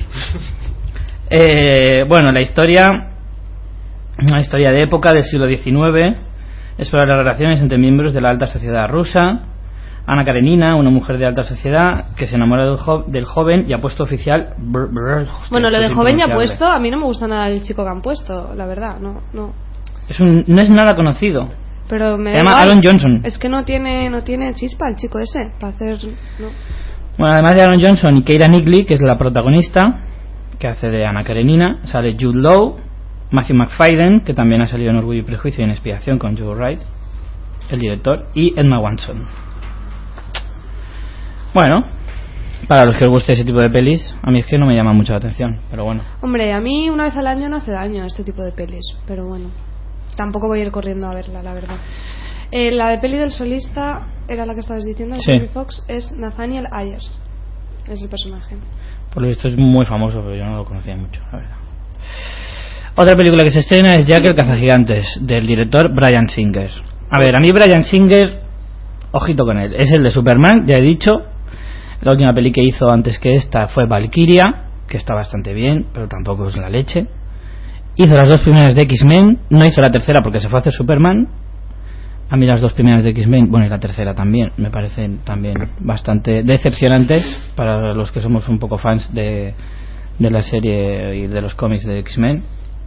Bueno, la historia, una historia de época del siglo XIX, explora las relaciones entre miembros de la alta sociedad rusa. Ana Karenina, una mujer de alta sociedad que se enamora del joven y ha puesto oficial. Bueno, lo de joven ya puesto, a mí no me gusta nada el chico que han puesto, la verdad, no. No es nada conocido. Pero se llama Aaron Johnson. Es que no tiene chispa el chico ese para hacer. No. Bueno, además de Aaron Johnson y Keira Knightley, que es la protagonista, que hace de Ana Karenina, sale Jude Law, Matthew McFadden, que también ha salido en Orgullo y Prejuicio y en Expiación con Joe Wright, el director, y Emma Watson. Bueno, para los que os guste ese tipo de pelis, a mí es que no me llama mucho la atención, pero bueno. Hombre, a mí una vez al año no hace daño este tipo de pelis, pero bueno, tampoco voy a ir corriendo a verla, la verdad. La de peli del Solista era la que estabas diciendo, de Jamie Foxx, es Nathaniel Ayers, es el personaje. Por lo visto es muy famoso, pero yo no lo conocía mucho, la verdad. Otra película que se estrena es Jack el cazagigantes, del director Bryan Singer. A ver, a mí Bryan Singer, ojito con él, es el de Superman, ya he dicho. La última peli que hizo antes que esta fue Valkyria, que está bastante bien, pero tampoco es la leche. Hizo las 2 primeras de X-Men, no hizo la tercera porque se fue a hacer Superman. A mí las 2 primeras de X-Men, bueno, y la tercera también, me parecen también bastante decepcionantes para los que somos un poco fans de la serie y de los cómics de X-Men.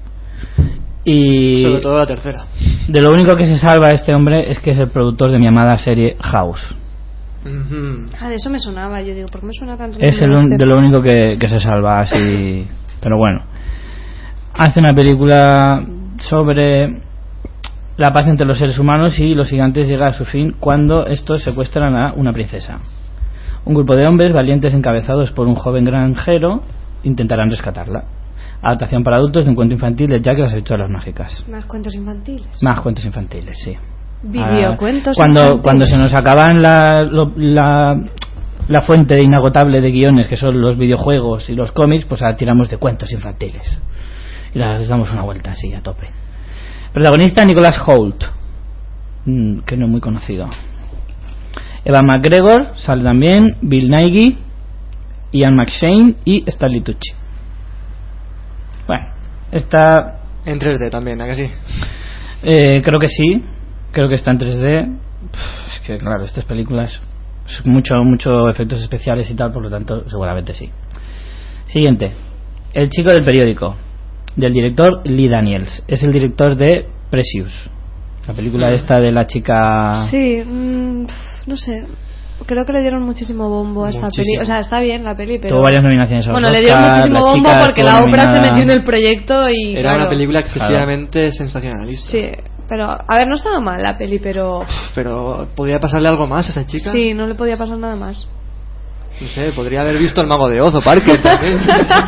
Y sobre todo la tercera. De lo único que se salva este hombre es que es el productor de mi amada serie House. De eso me sonaba, yo digo, ¿por qué me suena tanto? Es de lo único que se salva así. Pero bueno, hace una película sobre la paz entre los seres humanos y los gigantes llega a su fin cuando estos secuestran a una princesa. Un grupo de hombres valientes encabezados por un joven granjero intentarán rescatarla. Adaptación para adultos de un cuento infantil de Jack y las habichuelas mágicas. Más cuentos infantiles. Más cuentos infantiles, sí. Videocuentos cuando se nos acaban la fuente inagotable de guiones, que son los videojuegos y los cómics, pues ahora tiramos de cuentos infantiles y les damos una vuelta así a tope. Protagonista Nicholas Hoult, que no es muy conocido. Evan McGregor sale también, Bill Nighy, Ian McShane y Stanley Tucci. Bueno, está en 3D también, ¿a que sí? Creo que sí, creo que está en 3D. Es que claro, estas películas mucho efectos especiales y tal, por lo tanto seguramente sí. Siguiente, El chico del periódico, del director Lee Daniels. Es el director de Precious, la película esta de la chica. Sí, no sé, creo que le dieron muchísimo bombo a esta peli. O sea, está bien la peli, pero tuvo varias nominaciones a los le dieron muchísimo bombo porque la Oprah se metió en el proyecto y era una película excesivamente sensacionalista. Sí, pero a ver, no estaba mal la peli, pero ¿podría pasarle algo más a esa chica? Sí, no le podía pasar nada más. No sé, podría haber visto El Mago de Oz o Parker también.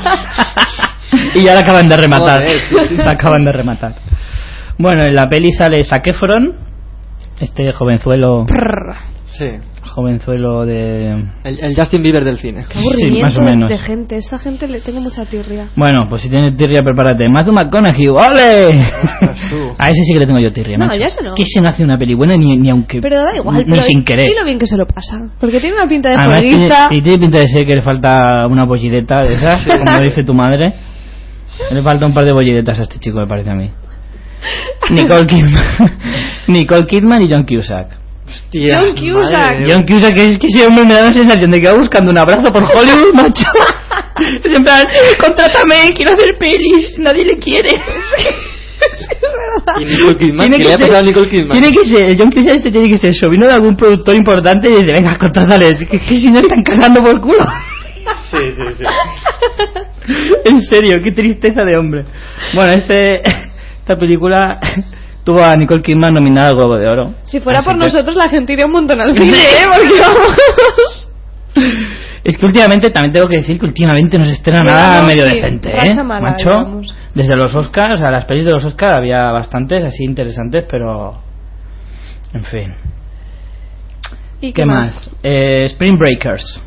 Y ya la acaban de rematar. Joder, sí. La acaban de rematar. Bueno, en la peli sale Zac Efron, este jovenzuelo. Sí. Jovenzuelo de. El Justin Bieber del cine. Qué aburrimiento, sí, más o menos. de gente. Esta gente le tengo mucha tirria. Bueno, pues si tienes tirria, prepárate. Matthew McConaughey, ¡ole! Ostras, tú. A ese sí que le tengo yo tirria, No, macho. ya se no. Que se no hace una peli buena ni aunque. Pero da igual. Ni sin querer. Y lo bien que se lo pasa. Porque tiene una pinta de además jueguista. Tiene pinta de ser que le falta una bollideta de esas, como dice tu madre. Le falta un par de bollidetas a este chico, me parece a mí. Nicole Kidman y John Cusack. Hostia, John Cusack. John Cusack, que es que ese hombre me da la sensación de que va buscando un abrazo por Hollywood, macho. Es en plan, contrátame, quiero hacer pelis, nadie le quiere. Es verdad. ¿Y Nicole Kidman? ¿Qué le ha pasado a Nicole Kidman? Tiene que ser, John Cusack tiene que ser sobrino de algún productor importante y dice, venga, contrátale, que si no están casando por culo. Sí. En serio, qué tristeza de hombre. Bueno, esta película tuvo a Nicole Kidman nominada al Globo de Oro. Si fuera por que... nosotros la gente iría un montón al cine, porque vamos. Es que últimamente, también tengo que decir que últimamente no se estrena nada medio decente, mala, macho. Digamos. Desde los Oscars, o sea, las pelis de los Oscars había bastantes así interesantes, pero en fin. ¿Y qué más? Spring Breakers.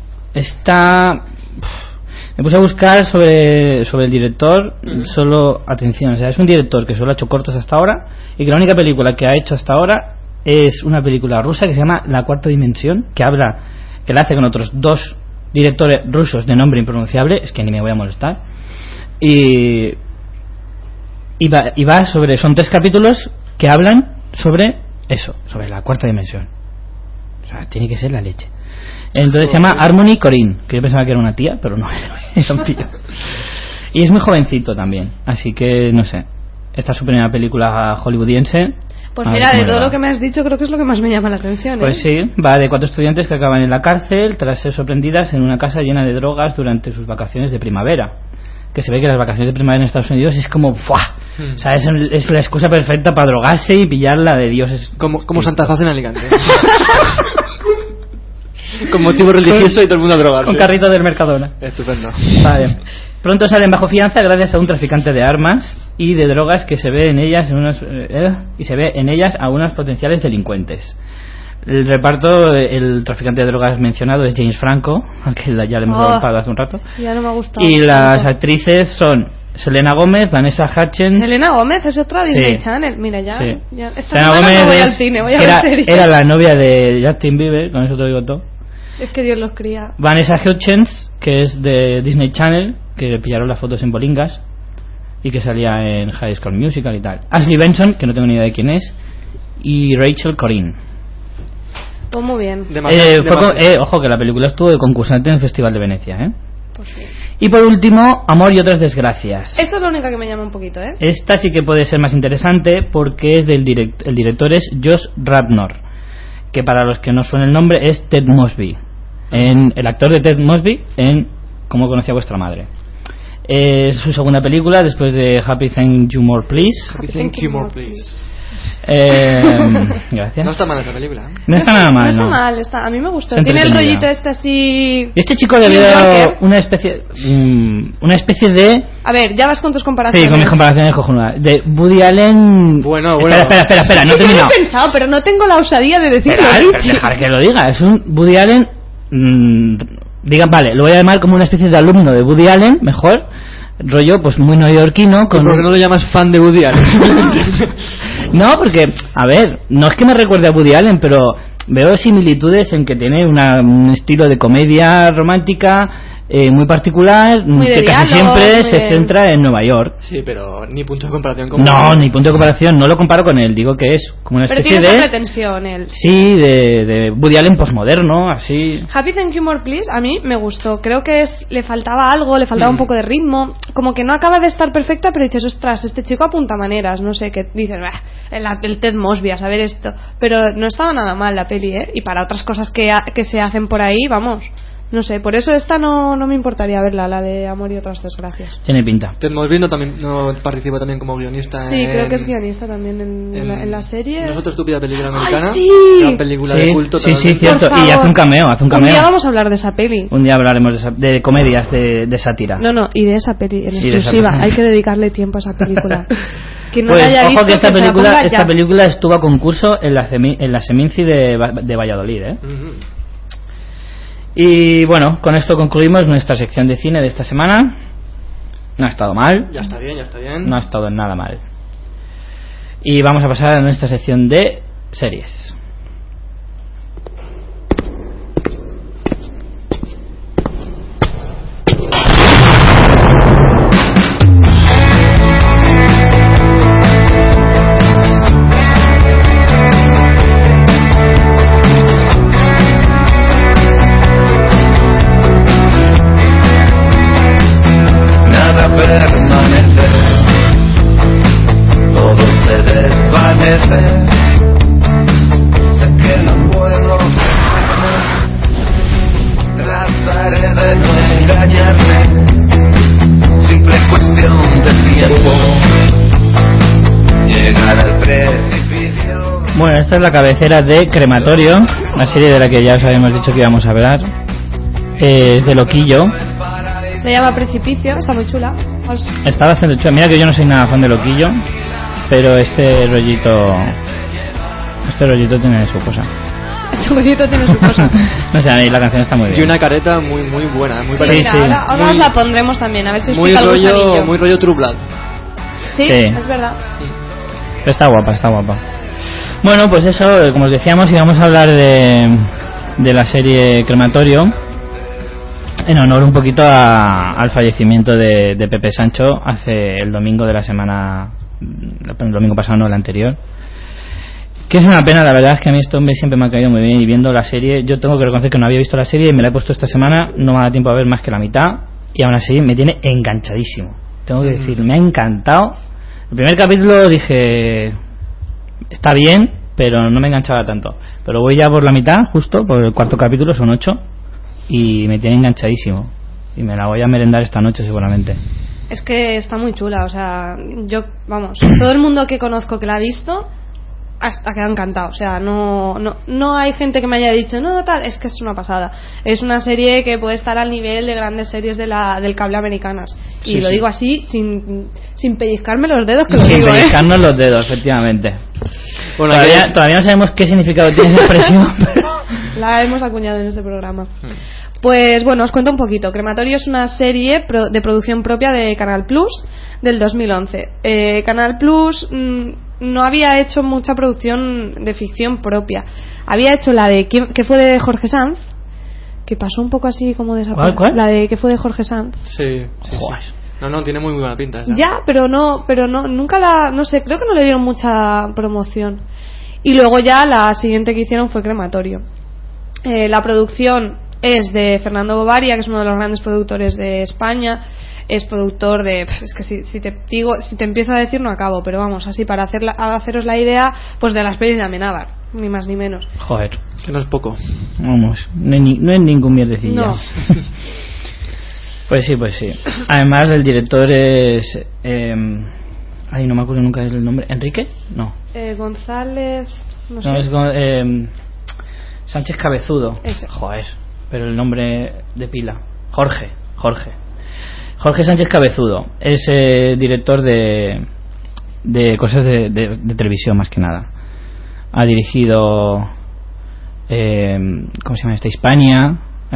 Me puse a buscar sobre el director. Solo, atención, o sea, es un director que solo ha hecho cortos hasta ahora y que la única película que ha hecho hasta ahora es una película rusa que se llama La Cuarta Dimensión, que la hace con otros 2 directores rusos de nombre impronunciable, es que ni me voy a molestar, y va sobre, son 3 capítulos que hablan sobre eso, sobre la cuarta dimensión. O sea, tiene que ser la leche. Entonces se llama Harmony Korine, que yo pensaba que era una tía, pero no, es un tío. Y es muy jovencito también, así que no sé, esta es su primera película hollywoodiense. Pues mira, de todo lo que me has dicho, creo que es lo que más me llama la atención. Pues sí, va de 4 estudiantes que acaban en la cárcel tras ser sorprendidas en una casa llena de drogas durante sus vacaciones de primavera. Que se ve que las vacaciones de primavera en Estados Unidos es como ¡fuah! O sea, es la excusa perfecta para drogarse y pillarla de dioses. Como Santa Faz en Alicante. Con motivo religioso y todo el mundo a drogarse. Con carrito del Mercadona. Estupendo. Vale. Pronto salen bajo fianza gracias a un traficante de armas y de drogas que se ve en ellas a unos potenciales delincuentes. El reparto, el traficante de drogas mencionado es James Franco, aunque ya le hemos hablado hace un rato. Ya no me ha gustado. Y las actrices son Selena Gómez, Vanessa Hudgens. Selena Gómez es otra Disney Channel. Mira, ya esta Selena semana Gómez no voy al cine, voy a ver series. Era la novia de Justin Bieber, con eso te lo digo todo. Es que Dios los cría. Vanessa Hudgens, que es de Disney Channel, que pillaron las fotos en Bolingas y que salía en High School Musical y tal. Ashley Benson, que no tengo ni idea de quién es, y Rachel Corrin. Pues muy bien. Ojo, que la película estuvo de concursante en el Festival de Venecia, Pues sí. Y por último, Amor y otras desgracias. Esta es la única que me llama un poquito, Esta sí que puede ser más interesante porque es el director es Josh Radnor, que para los que no suena el nombre es Ted Mosby, el actor de Ted Mosby en Cómo conocí a vuestra madre. Es su segunda película después de Happy Thank You More Please. Happy Thank You More Please. Gracias. No está mal esa película. No está nada mal, no está mal, a mí me gustó. Está tiene el rollito así. Este chico le había dado una especie de. A ver, ya vas con tus comparaciones. Sí, con mis comparaciones cojonudas. De Woody Allen. Bueno. Espera, no he terminado. Lo he pensado, pero no tengo la osadía de decirlo. Dejar que lo diga. Es un Woody Allen. Vale, lo voy a llamar como una especie de alumno de Woody Allen, mejor. Rollo, pues muy neoyorquino. ¿Por qué no lo llamas fan de Woody Allen? No, porque, a ver, no es que me recuerde a Woody Allen, pero veo similitudes en que tiene un estilo de comedia romántica muy particular, muy que casi siempre se centra en Nueva York. Sí, pero ni punto de comparación con ni punto de comparación, no lo comparo con él, digo que es como una especie pero tiene esa pretensión él. Sí, de Woody Allen posmoderno, así. Happy Thank You More Please a mí me gustó, creo que le faltaba algo, le faltaba un poco de ritmo, como que no acaba de estar perfecta, pero dices, ostras, este chico apunta maneras, no sé, que dices, el Ted Mosby, a saber esto, pero no estaba nada mal la peli, y para otras cosas que se hacen por ahí, vamos. No sé, por eso esta no me importaría verla, la de Amor y otras desgracias. Tiene pinta. Ted Mosby no participó también como guionista. Sí, creo que es guionista también en la serie. No es otra estúpida película americana. ¡Ay, sí! Gran película de culto. Sí, cierto. Y hace un cameo. Un día vamos a hablar de esa peli. Un día hablaremos de comedias de sátira. No, y de esa peli en exclusiva. Hay que dedicarle tiempo a esa película. Quien no pues, haya ojo visto, que esta película estuvo a concurso en la Seminci de Valladolid, Y bueno, con esto concluimos nuestra sección de cine de esta semana. No ha estado mal. Ya está bien. No ha estado nada mal. Y vamos a pasar a nuestra sección de series. esta es la cabecera de Crematorio, la serie de la que ya os habíamos dicho que íbamos a hablar. Es de Loquillo. Se llama Precipicio, está muy chula. Está bastante chula. Mira que yo no soy nada fan de Loquillo, pero este rollito tiene su cosa. Este rollito tiene su cosa. No sé, a mí la canción está muy bien. Y una careta muy buena, muy parecida. Sí. Ahora os la pondremos también, a ver si os muy pica el rollo, gusanillo. muy rollo True Blood. Sí, es verdad. Pero está guapa. Bueno, pues eso, como os decíamos, íbamos a hablar de la serie Crematorio, en honor un poquito al fallecimiento de Pepe Sancho hace el domingo de la semana, el domingo pasado, no el anterior. Que es una pena, la verdad es que a mí este hombre siempre me ha caído muy bien, y viendo la serie, yo tengo que reconocer que no había visto la serie y me la he puesto esta semana, no me ha dado tiempo a ver más que la mitad, y aún así me tiene enganchadísimo, tengo que decir, me ha encantado. El primer capítulo dije, está bien, pero no me enganchaba tanto, pero voy ya por la mitad, justo por el cuarto capítulo, son 8, y me tiene enganchadísimo, y me la voy a merendar esta noche seguramente. Es que está muy chula, o sea, todo el mundo que conozco que la ha visto hasta queda encantado, o sea, no hay gente que me haya dicho no tal, es que es una pasada, es una serie que puede estar al nivel de grandes series del cable americanas, y sí, lo digo así sin pellizcarme los dedos, que lo sin digo, pellizcarnos los dedos, efectivamente. Bueno, todavía no sabemos qué significado tiene esa expresión, pero la hemos acuñado en este programa. Pues bueno, os cuento un poquito. Crematorio es una serie de producción propia de Canal Plus del 2011. Canal Plus no había hecho mucha producción de ficción propia. Había hecho la de que fue de Jorge Sanz, que pasó un poco así como desaparecida. ¿Cuál? La de que fue de Jorge Sanz. Sí. No, tiene muy buena pinta esa. Ya, pero no, nunca no sé, creo que no le dieron mucha promoción. Y luego ya la siguiente que hicieron fue Crematorio. La producción es de Fernando Bovary, que es uno de los grandes productores de España. Es productor de, es que si te empiezo a decir no acabo, pero vamos, así para haceros la idea, pues de las pelis de Amenábar, ni más ni menos. Joder, que no es poco. Vamos, no es ningún mierdecilla. No. Pues sí. Además el director es no me acuerdo nunca el nombre. ¿Enrique? No. González, no sé. No, es Sánchez Cabezudo. Ese. Joder, pero el nombre de pila. Jorge Sánchez Cabezudo es director de cosas de televisión, más que nada. Ha dirigido ¿cómo se llama esta? Hispania.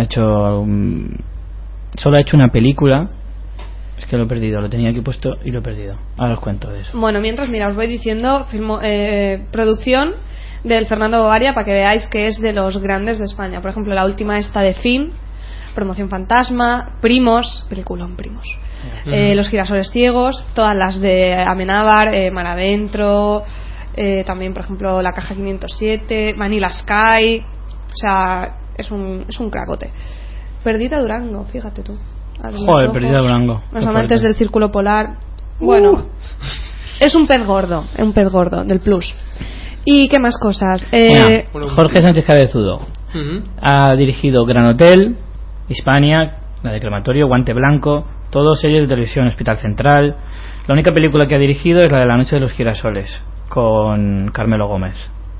Solo ha hecho una película. Es que lo he perdido, lo tenía aquí puesto y lo he perdido. Ahora os cuento de eso. Bueno, mientras, mira, os voy diciendo producción del Fernando Bovary, para que veáis que es de los grandes de España. Por ejemplo, la última esta de Fin, Promoción Fantasma, Primos, peliculón Primos, Los girasoles ciegos, todas las de Amenábar, Mar Adentro, también, por ejemplo, La caja 507, Vanilla Sky, o sea, es un cracote. Perdida Durango, fíjate tú. Joder, Perdida Durango. Los amantes del Círculo Polar. Bueno, es un pez gordo del Plus. ¿Y qué más cosas? Jorge Sánchez Cabezudo ha dirigido Gran Hotel, Hispania, la de Crematorio, Guante Blanco, todo series de televisión, Hospital Central. La única película que ha dirigido es la de La noche de los girasoles, con Carmelo Gómez.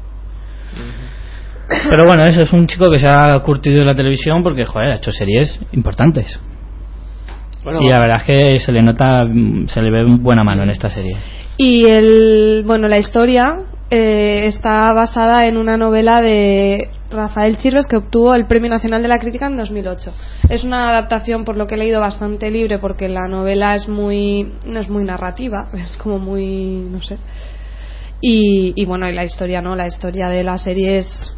Pero bueno, eso es un chico que se ha curtido en la televisión porque, joder, ha hecho series importantes. Y la verdad es que se le nota, se le ve buena mano en esta serie. Y la historia está basada en una novela de Rafael Chirves, que obtuvo el Premio Nacional de la Crítica en 2008. Es una adaptación, por lo que he leído, bastante libre, porque la novela no es muy narrativa, es como muy, no sé. Y bueno, y la historia de la serie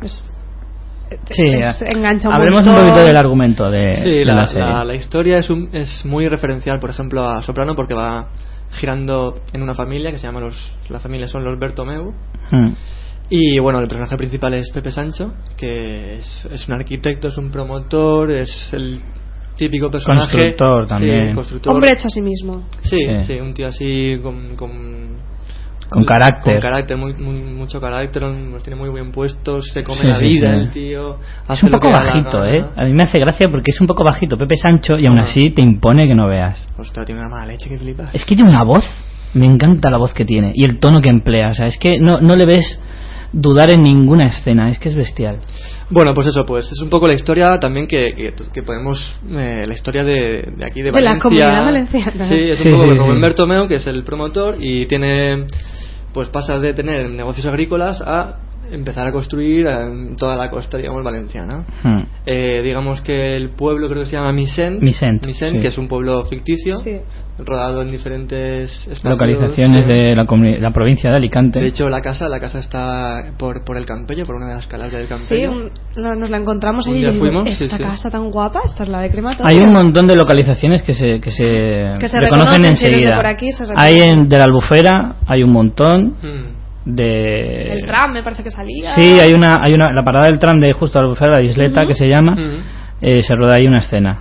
engancha un hablemos montón. un poquito del argumento de la serie. La historia es muy referencial, por ejemplo, a Soprano, porque va girando en una familia que se llama la familia son los Bertomeu. Y bueno, el personaje principal es Pepe Sancho, que es un arquitecto, es un promotor, es el típico personaje constructor también, constructor. Hombre hecho a sí mismo. Sí, un tío así con carácter, mucho carácter, nos tiene muy bien puestos, se come la vida el tío. Es un poco bajito, a mí me hace gracia porque es un poco bajito Pepe Sancho y aún así te impone que no veas. Ostras, tiene una mala leche que flipas. Es que tiene una voz, me encanta la voz que tiene y el tono que emplea, o sea, es que no le ves dudar en ninguna escena, es que es bestial. Bueno, pues eso, pues es un poco la historia también que podemos, la historia de aquí de Valencia. De la Comunidad Valenciana. Sí, es un poco Rubén Bertomeu, que es el promotor, y pues pasa de tener negocios agrícolas a empezar a construir toda la costa, digamos, valenciana. Digamos que el pueblo creo que se llama Missent, sí, que es un pueblo ficticio, sí, rodado en diferentes espacios, localizaciones, sí, de la provincia de Alicante. De hecho, la casa está por el Campello, por una de las calas del Campello. Sí, nos la encontramos allí y fuimos, esta casa tan guapa, esta es la de Crematoria. Hay un montón de localizaciones que se reconocen enseguida. Por aquí, hay de la Albufera, hay un montón. El tram me parece que salía. Sí, hay una la parada del tram de justo la Albufera, la isleta, que se llama, se roda ahí una escena.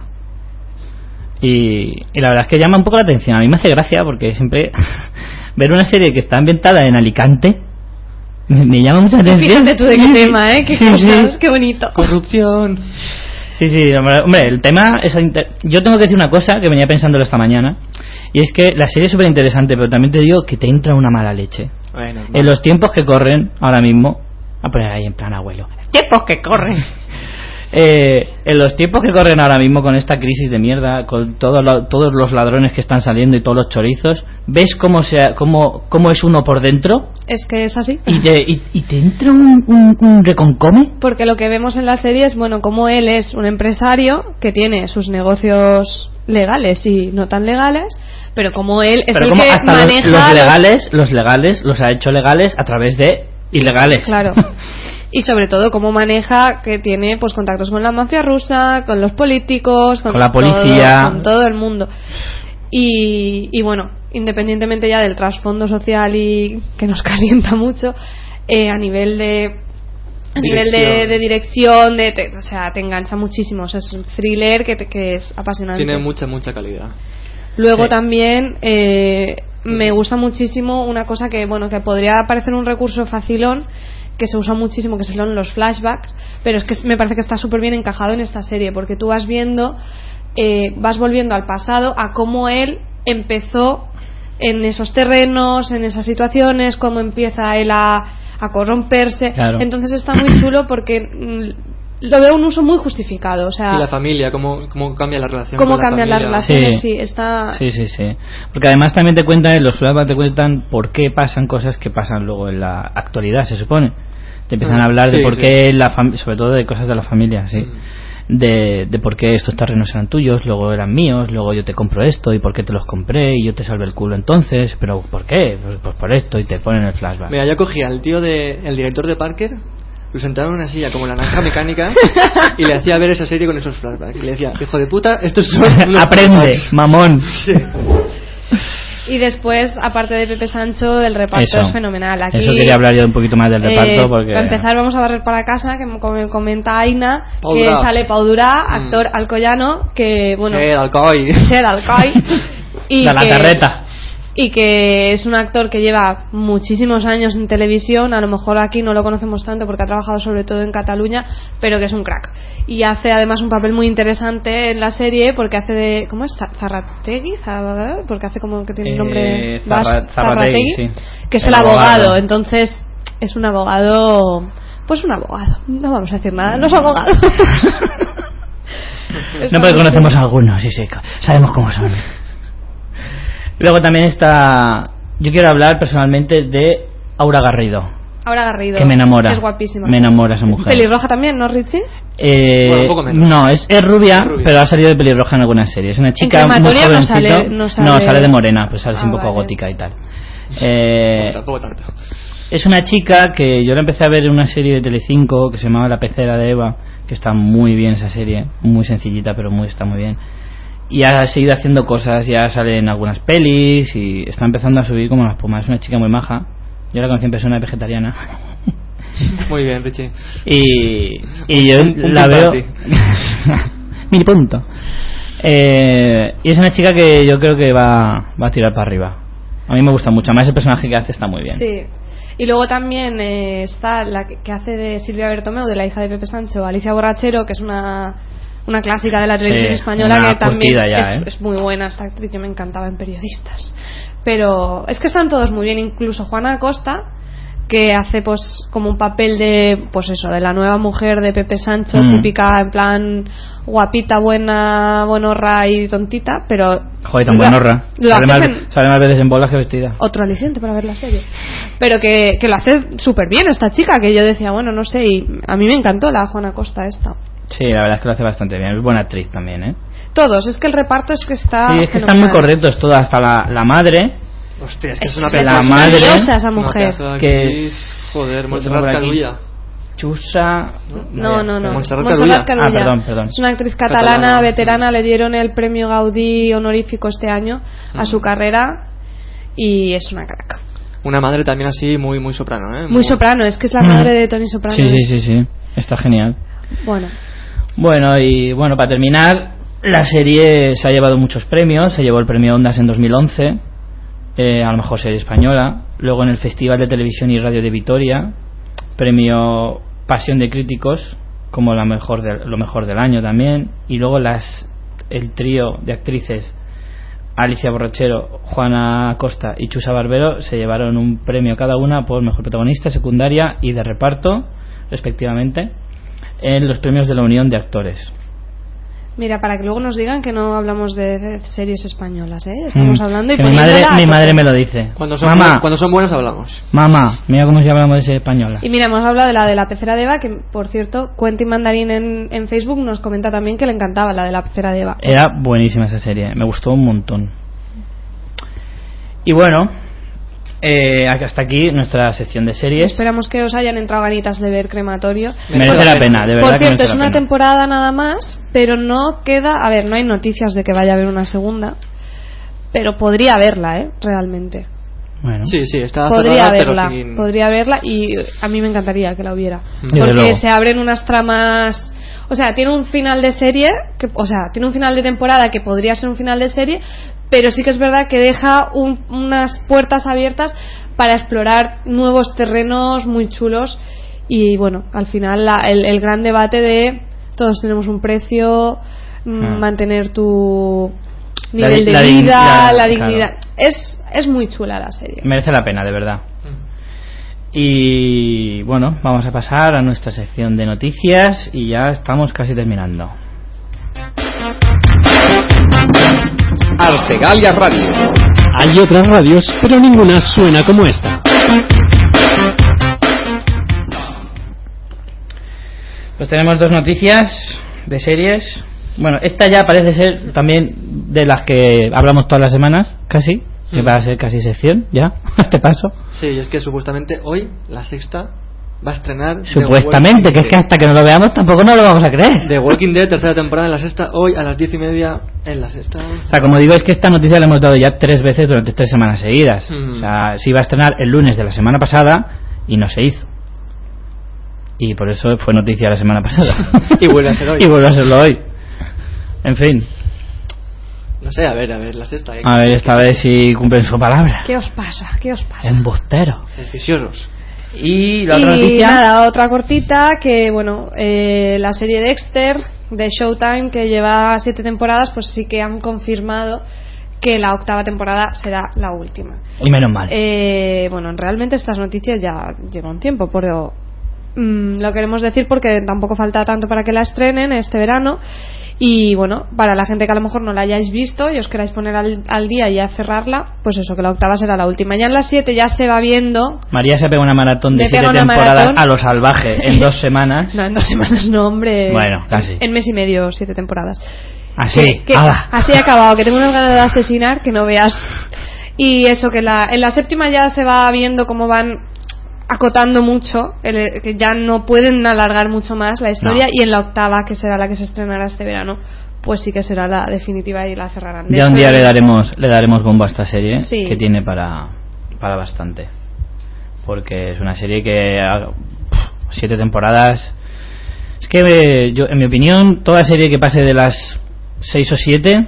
Y la verdad es que llama un poco la atención. A mí me hace gracia porque siempre ver una serie que está ambientada en Alicante me llama mucha atención. Fíjate tú de qué tema, qué cosas, sí. Qué bonito. Corrupción. Sí, hombre, el tema es... Yo tengo que decir una cosa que venía pensándolo esta mañana, y es que la serie es súper interesante, pero también te digo que te entra una mala leche. Bueno, en los tiempos que corren ahora mismo, a poner ahí en plan abuelo, tiempos que corren. En los tiempos que corren ahora mismo, con esta crisis de mierda, con todos los ladrones que están saliendo y todos los chorizos, ¿ves cómo es uno por dentro? Es que es así. Y te entra un reconcome. Porque lo que vemos en la serie es, bueno, como él es un empresario que tiene sus negocios legales y no tan legales, pero como él es el que hasta maneja los legales los ha hecho legales a través de ilegales. Claro. Y sobre todo cómo maneja, que tiene pues contactos con la mafia rusa, con los políticos, con la policía, con todo el mundo. Y bueno, independientemente ya del trasfondo social y que nos calienta mucho, a nivel de dirección, o sea, te engancha muchísimo. O sea, es un thriller que es apasionante. Tiene mucha calidad. Luego también me gusta muchísimo una cosa que podría parecer un recurso facilón, que se usa muchísimo, que son los flashbacks, pero es que me parece que está súper bien encajado en esta serie, porque tú vas viendo, vas volviendo al pasado, a cómo él empezó en esos terrenos, en esas situaciones, cómo empieza él a corromperse. Claro. Entonces está muy chulo porque lo veo un uso muy justificado, o sea, sí, la familia, cómo cambia la relación, cómo cambian las relaciones, sí, está... sí, porque además también te cuentan, en los flashbacks te cuentan por qué pasan cosas que pasan luego en la actualidad, se supone. Te empiezan a hablar de por qué sobre todo de cosas de la familia, sí. De por qué estos terrenos eran tuyos, luego eran míos, luego yo te compro esto y por qué te los compré y yo te salvé el culo entonces, pero ¿por qué? Pues por esto, y te ponen el flashback. Mira, yo cogí al tío el director de Parker, lo sentaba en una silla como la naranja mecánica y le hacía ver esa serie con esos flashbacks. Y le decía, hijo de puta, estos son aprende, mamón. Sí. Y después, aparte de Pepe Sancho, el reparto es fenomenal. Aquí, eso quería hablar yo un poquito más del reparto, porque... Para empezar, vamos a barrer para casa, que como comenta Aina, que sale Pau Durá, actor alcoyano, que, bueno... Ser Alcoy. Y de la carreta. Y que es un actor que lleva muchísimos años en televisión. A lo mejor aquí no lo conocemos tanto porque ha trabajado sobre todo en Cataluña, pero que es un crack. Y hace además un papel muy interesante en la serie, porque hace de... ¿cómo es? Zarrategui, porque hace como que tiene un nombre... Zarrategui, sí. Que es el abogado. Entonces es un abogado... Pues un abogado. No vamos a decir nada, los abogados. No, porque conocemos a algunos, sí, sabemos cómo son. Luego también está... Yo quiero hablar personalmente de Aura Garrido. Que me enamora. Es guapísima. Me enamora esa mujer. ¿Pelirroja también, no, Richie? Bueno, un poco menos. No, es rubia, pero ha salido de pelirroja en algunas series. Es una chica muy jovencita. No sale de morena, pues sale un poco gótica y tal. Tampoco tanto. Es una chica que yo la empecé a ver en una serie de Telecinco que se llamaba La Pecera de Eva, que está muy bien esa serie, muy sencillita, pero está muy bien. Y ha seguido haciendo cosas, ya sale en algunas pelis y está empezando a subir como la espuma. Es una chica muy maja. Yo la conocí en persona, vegetariana. Muy bien, Richie. Y yo la veo... Mil punto. Y es una chica que yo creo que va a tirar para arriba. A mí me gusta mucho. Además el personaje que hace está muy bien. Sí. Y luego también está la que hace de Silvia Bertomeu, de la hija de Pepe Sancho, Alicia Borrachero, que es una clásica de la televisión española, que también es muy buena. Esta actriz que me encantaba en Periodistas. Pero es que están todos muy bien, incluso Juana Acosta, que hace pues como un papel de pues eso, de la nueva mujer de Pepe Sancho, típica en plan guapita, buena, buenorra y tontita, pero joder, tan buenorra, sale más veces en bolas que vestida. Otro aliciente para ver la serie, pero que lo hace súper bien esta chica, que yo decía, bueno, no sé, y a mí me encantó la Juana Costa esta. Sí, la verdad es que lo hace bastante bien, es buena actriz también, ¿eh? Todos, es que el reparto es que está sí, es que están muy correctos todos, hasta la madre. Hostia, es que es una la madre esa mujer que es joder, Montserrat Carulla. Chusa no Montserrat Carulla. Perdón. Es una actriz catalana veterana, le dieron el premio Gaudí honorífico este año a su carrera y es una crack. Una madre también así muy soprano, muy soprano, es que es la madre de Tony Soprano. Sí, está genial. Bueno, y bueno, para terminar, la serie se ha llevado muchos premios. Se llevó el premio Ondas en 2011, a lo mejor serie española. Luego en el Festival de Televisión y Radio de Vitoria, premio Pasión de Críticos como lo mejor del año también. Y luego el trío de actrices Alicia Borrachero, Juana Costa y Chusa Barbero se llevaron un premio cada una por mejor protagonista, secundaria y de reparto, respectivamente, en los premios de la Unión de Actores. Mira, para que luego nos digan que no hablamos de series españolas, ¿eh? Estamos hablando y mi madre me lo dice. Cuando son buenas hablamos. Mamá, mira cómo si hablamos de serie española. Y mira, hemos hablado de la Pecera de Eva, que por cierto, Quentin Mandarín en Facebook nos comenta también que le encantaba la de la Pecera de Eva. Era buenísima esa serie, me gustó un montón. Y bueno, hasta aquí nuestra sección de series. Esperamos que os hayan entrado ganitas de ver Crematorio. Merece la pena, de verdad. Por cierto, es una temporada nada más, pero no queda, a ver, no hay noticias de que vaya a haber una segunda, pero podría haberla, realmente. Bueno. Sí, está podría cerrada, haberla y a mí me encantaría que la hubiera, porque se abren unas tramas, o sea, tiene un final de serie, tiene un final de temporada que podría ser un final de serie, pero sí que es verdad que deja unas puertas abiertas para explorar nuevos terrenos muy chulos. Y bueno, al final el gran debate de todos tenemos un precio, mantener tu nivel de vida, la dignidad, claro. Es muy chula la serie, merece la pena, de verdad. Y bueno, vamos a pasar a nuestra sección de noticias y ya estamos casi terminando. Artegalia Radio. Hay otras radios, pero ninguna suena como esta. Pues tenemos dos noticias de series. Bueno, esta ya parece ser también de las que hablamos todas las semanas, casi, que va a ser casi sección, ya, a este paso. Sí, es que supuestamente hoy, la Sexta, va a estrenar supuestamente, que es que hasta que no lo veamos tampoco no lo vamos a creer. The Walking Dead, tercera temporada en la Sexta, hoy a las 10:30 en la Sexta. O sea, como digo, es que esta noticia la hemos dado ya 3 veces durante 3 semanas seguidas. O sea, se iba a estrenar el lunes de la semana pasada y no se hizo. Y por eso fue noticia la semana pasada. Y vuelve a ser hoy. Y vuelve a serlo hoy. En fin. No sé, a ver, la Sexta. A ver, esta vez si cumplen su palabra. ¿Qué os pasa? Embustero. Deficiosos. Y la otra noticia. Nada, otra cortita, que bueno, la serie Dexter de Showtime, que lleva 7 temporadas, pues sí que han confirmado que la 8ª temporada será la última. Y menos mal. Bueno, realmente estas noticias ya llevan un tiempo, pero lo queremos decir porque tampoco falta tanto para que la estrenen este verano. Y bueno, para la gente que a lo mejor no la hayáis visto y os queráis poner al día y a cerrarla, pues eso, que la 8ª será la última. Ya en las 7 ya se va viendo. María se pega una maratón de 7 temporadas a lo salvaje en 2 semanas. No, en 2 semanas no, hombre. Bueno, casi. En mes y medio, 7 temporadas. Así, así he acabado, que tengo unas ganas de asesinar que no veas. Y eso, que en la 7ª ya se va viendo cómo van acotando mucho, que ya no pueden alargar mucho más la historia, y en la 8ª, que será la que se estrenará este verano, pues sí que será la definitiva y la cerrarán. Ya un día le daremos bombo a esta serie, sí, que tiene para bastante, porque es una serie que 7 temporadas. Es que yo, en mi opinión, toda serie que pase de las 6 o 7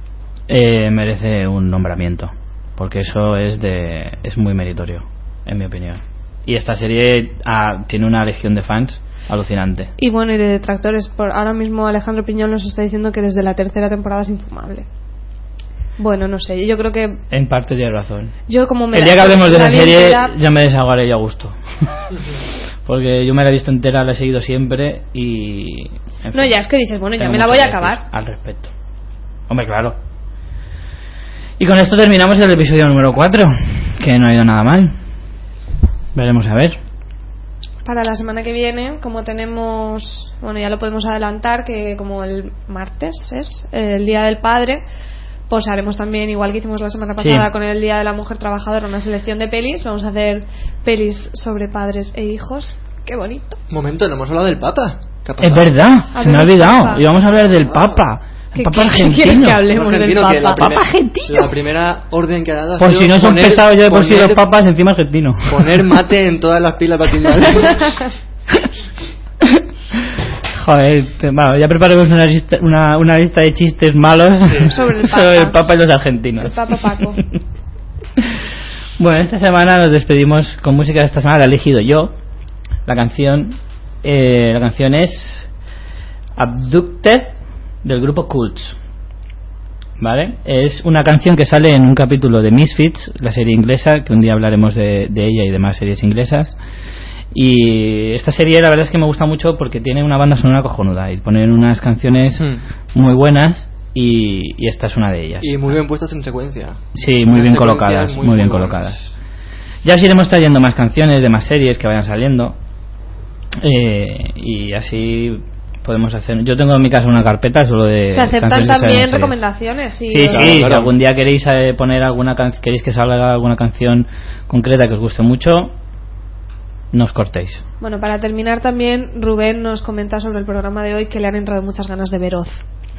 merece un nombramiento, porque eso es muy meritorio, en mi opinión. Y esta serie tiene una legión de fans alucinante. Y bueno, y de detractores. Ahora mismo Alejandro Piñol nos está diciendo que desde la 3ª temporada es infumable. Bueno, no sé, yo creo que... En parte tienes razón. Yo como me el día que hablemos de esa serie ya me desahogaré yo a gusto. Porque yo me la he visto entera, la he seguido siempre y... En fin, no, ya es que dices, bueno, ya me la voy a acabar. Al respecto. Hombre, claro. Y con esto terminamos el episodio número 4, que no ha ido nada mal. Veremos a ver. Para la semana que viene, como tenemos, bueno, ya lo podemos adelantar, que como el martes es el Día del Padre, pues haremos también, igual que hicimos la semana pasada con el Día de la Mujer Trabajadora, una selección de pelis. Vamos a hacer pelis sobre padres e hijos. ¡Qué bonito! Un momento, no hemos hablado del Papa. Es verdad, se me ha olvidado. Íbamos a hablar del Papa. El Papa argentino. ¿Quieres que hablemos del Papa? Papa argentino. La primera orden que ha dado ha por sido si no son pesados ya de por sí los papas, encima argentino. Poner mate en todas las pilas bautismales. Joder, bueno, ya preparemos una lista de chistes malos sobre el Papa y los argentinos. El Papa Paco. Bueno, esta semana nos despedimos con música. De esta semana la he elegido yo. La canción es Abducted, del grupo Cults. ¿Vale? Es una canción que sale en un capítulo de Misfits, la serie inglesa, que un día hablaremos de ella y demás series inglesas. Y esta serie la verdad es que me gusta mucho porque tiene una banda sonora cojonuda y ponen unas canciones muy buenas y esta es una de ellas. Y muy bien puestas en secuencia. Sí, muy bien colocadas, muy bien colocadas. Ya os iremos trayendo más canciones de más series que vayan saliendo y así podemos hacer. Yo tengo en mi casa una carpeta solo de. Se aceptan también recomendaciones. Sí, claro. Si algún día queréis poner queréis que salga alguna canción concreta que os guste mucho, no os cortéis. Bueno, para terminar también Rubén nos comenta sobre el programa de hoy que le han entrado muchas ganas de ver Oz.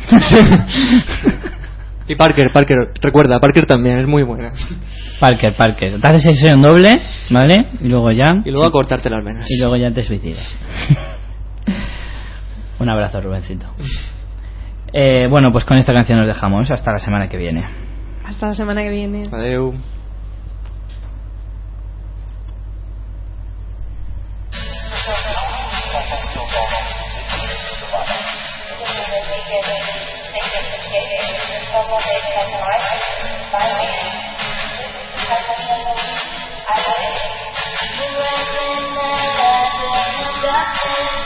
Y Parker, recuerda, Parker también es muy buena. Parker, te haces sesión doble, ¿vale? Y luego a cortarte las venas. Y luego ya te suicidas. Un abrazo, Rubencito. Bueno, pues con esta canción nos dejamos. Hasta la semana que viene. Hasta la semana que viene. Adeu. I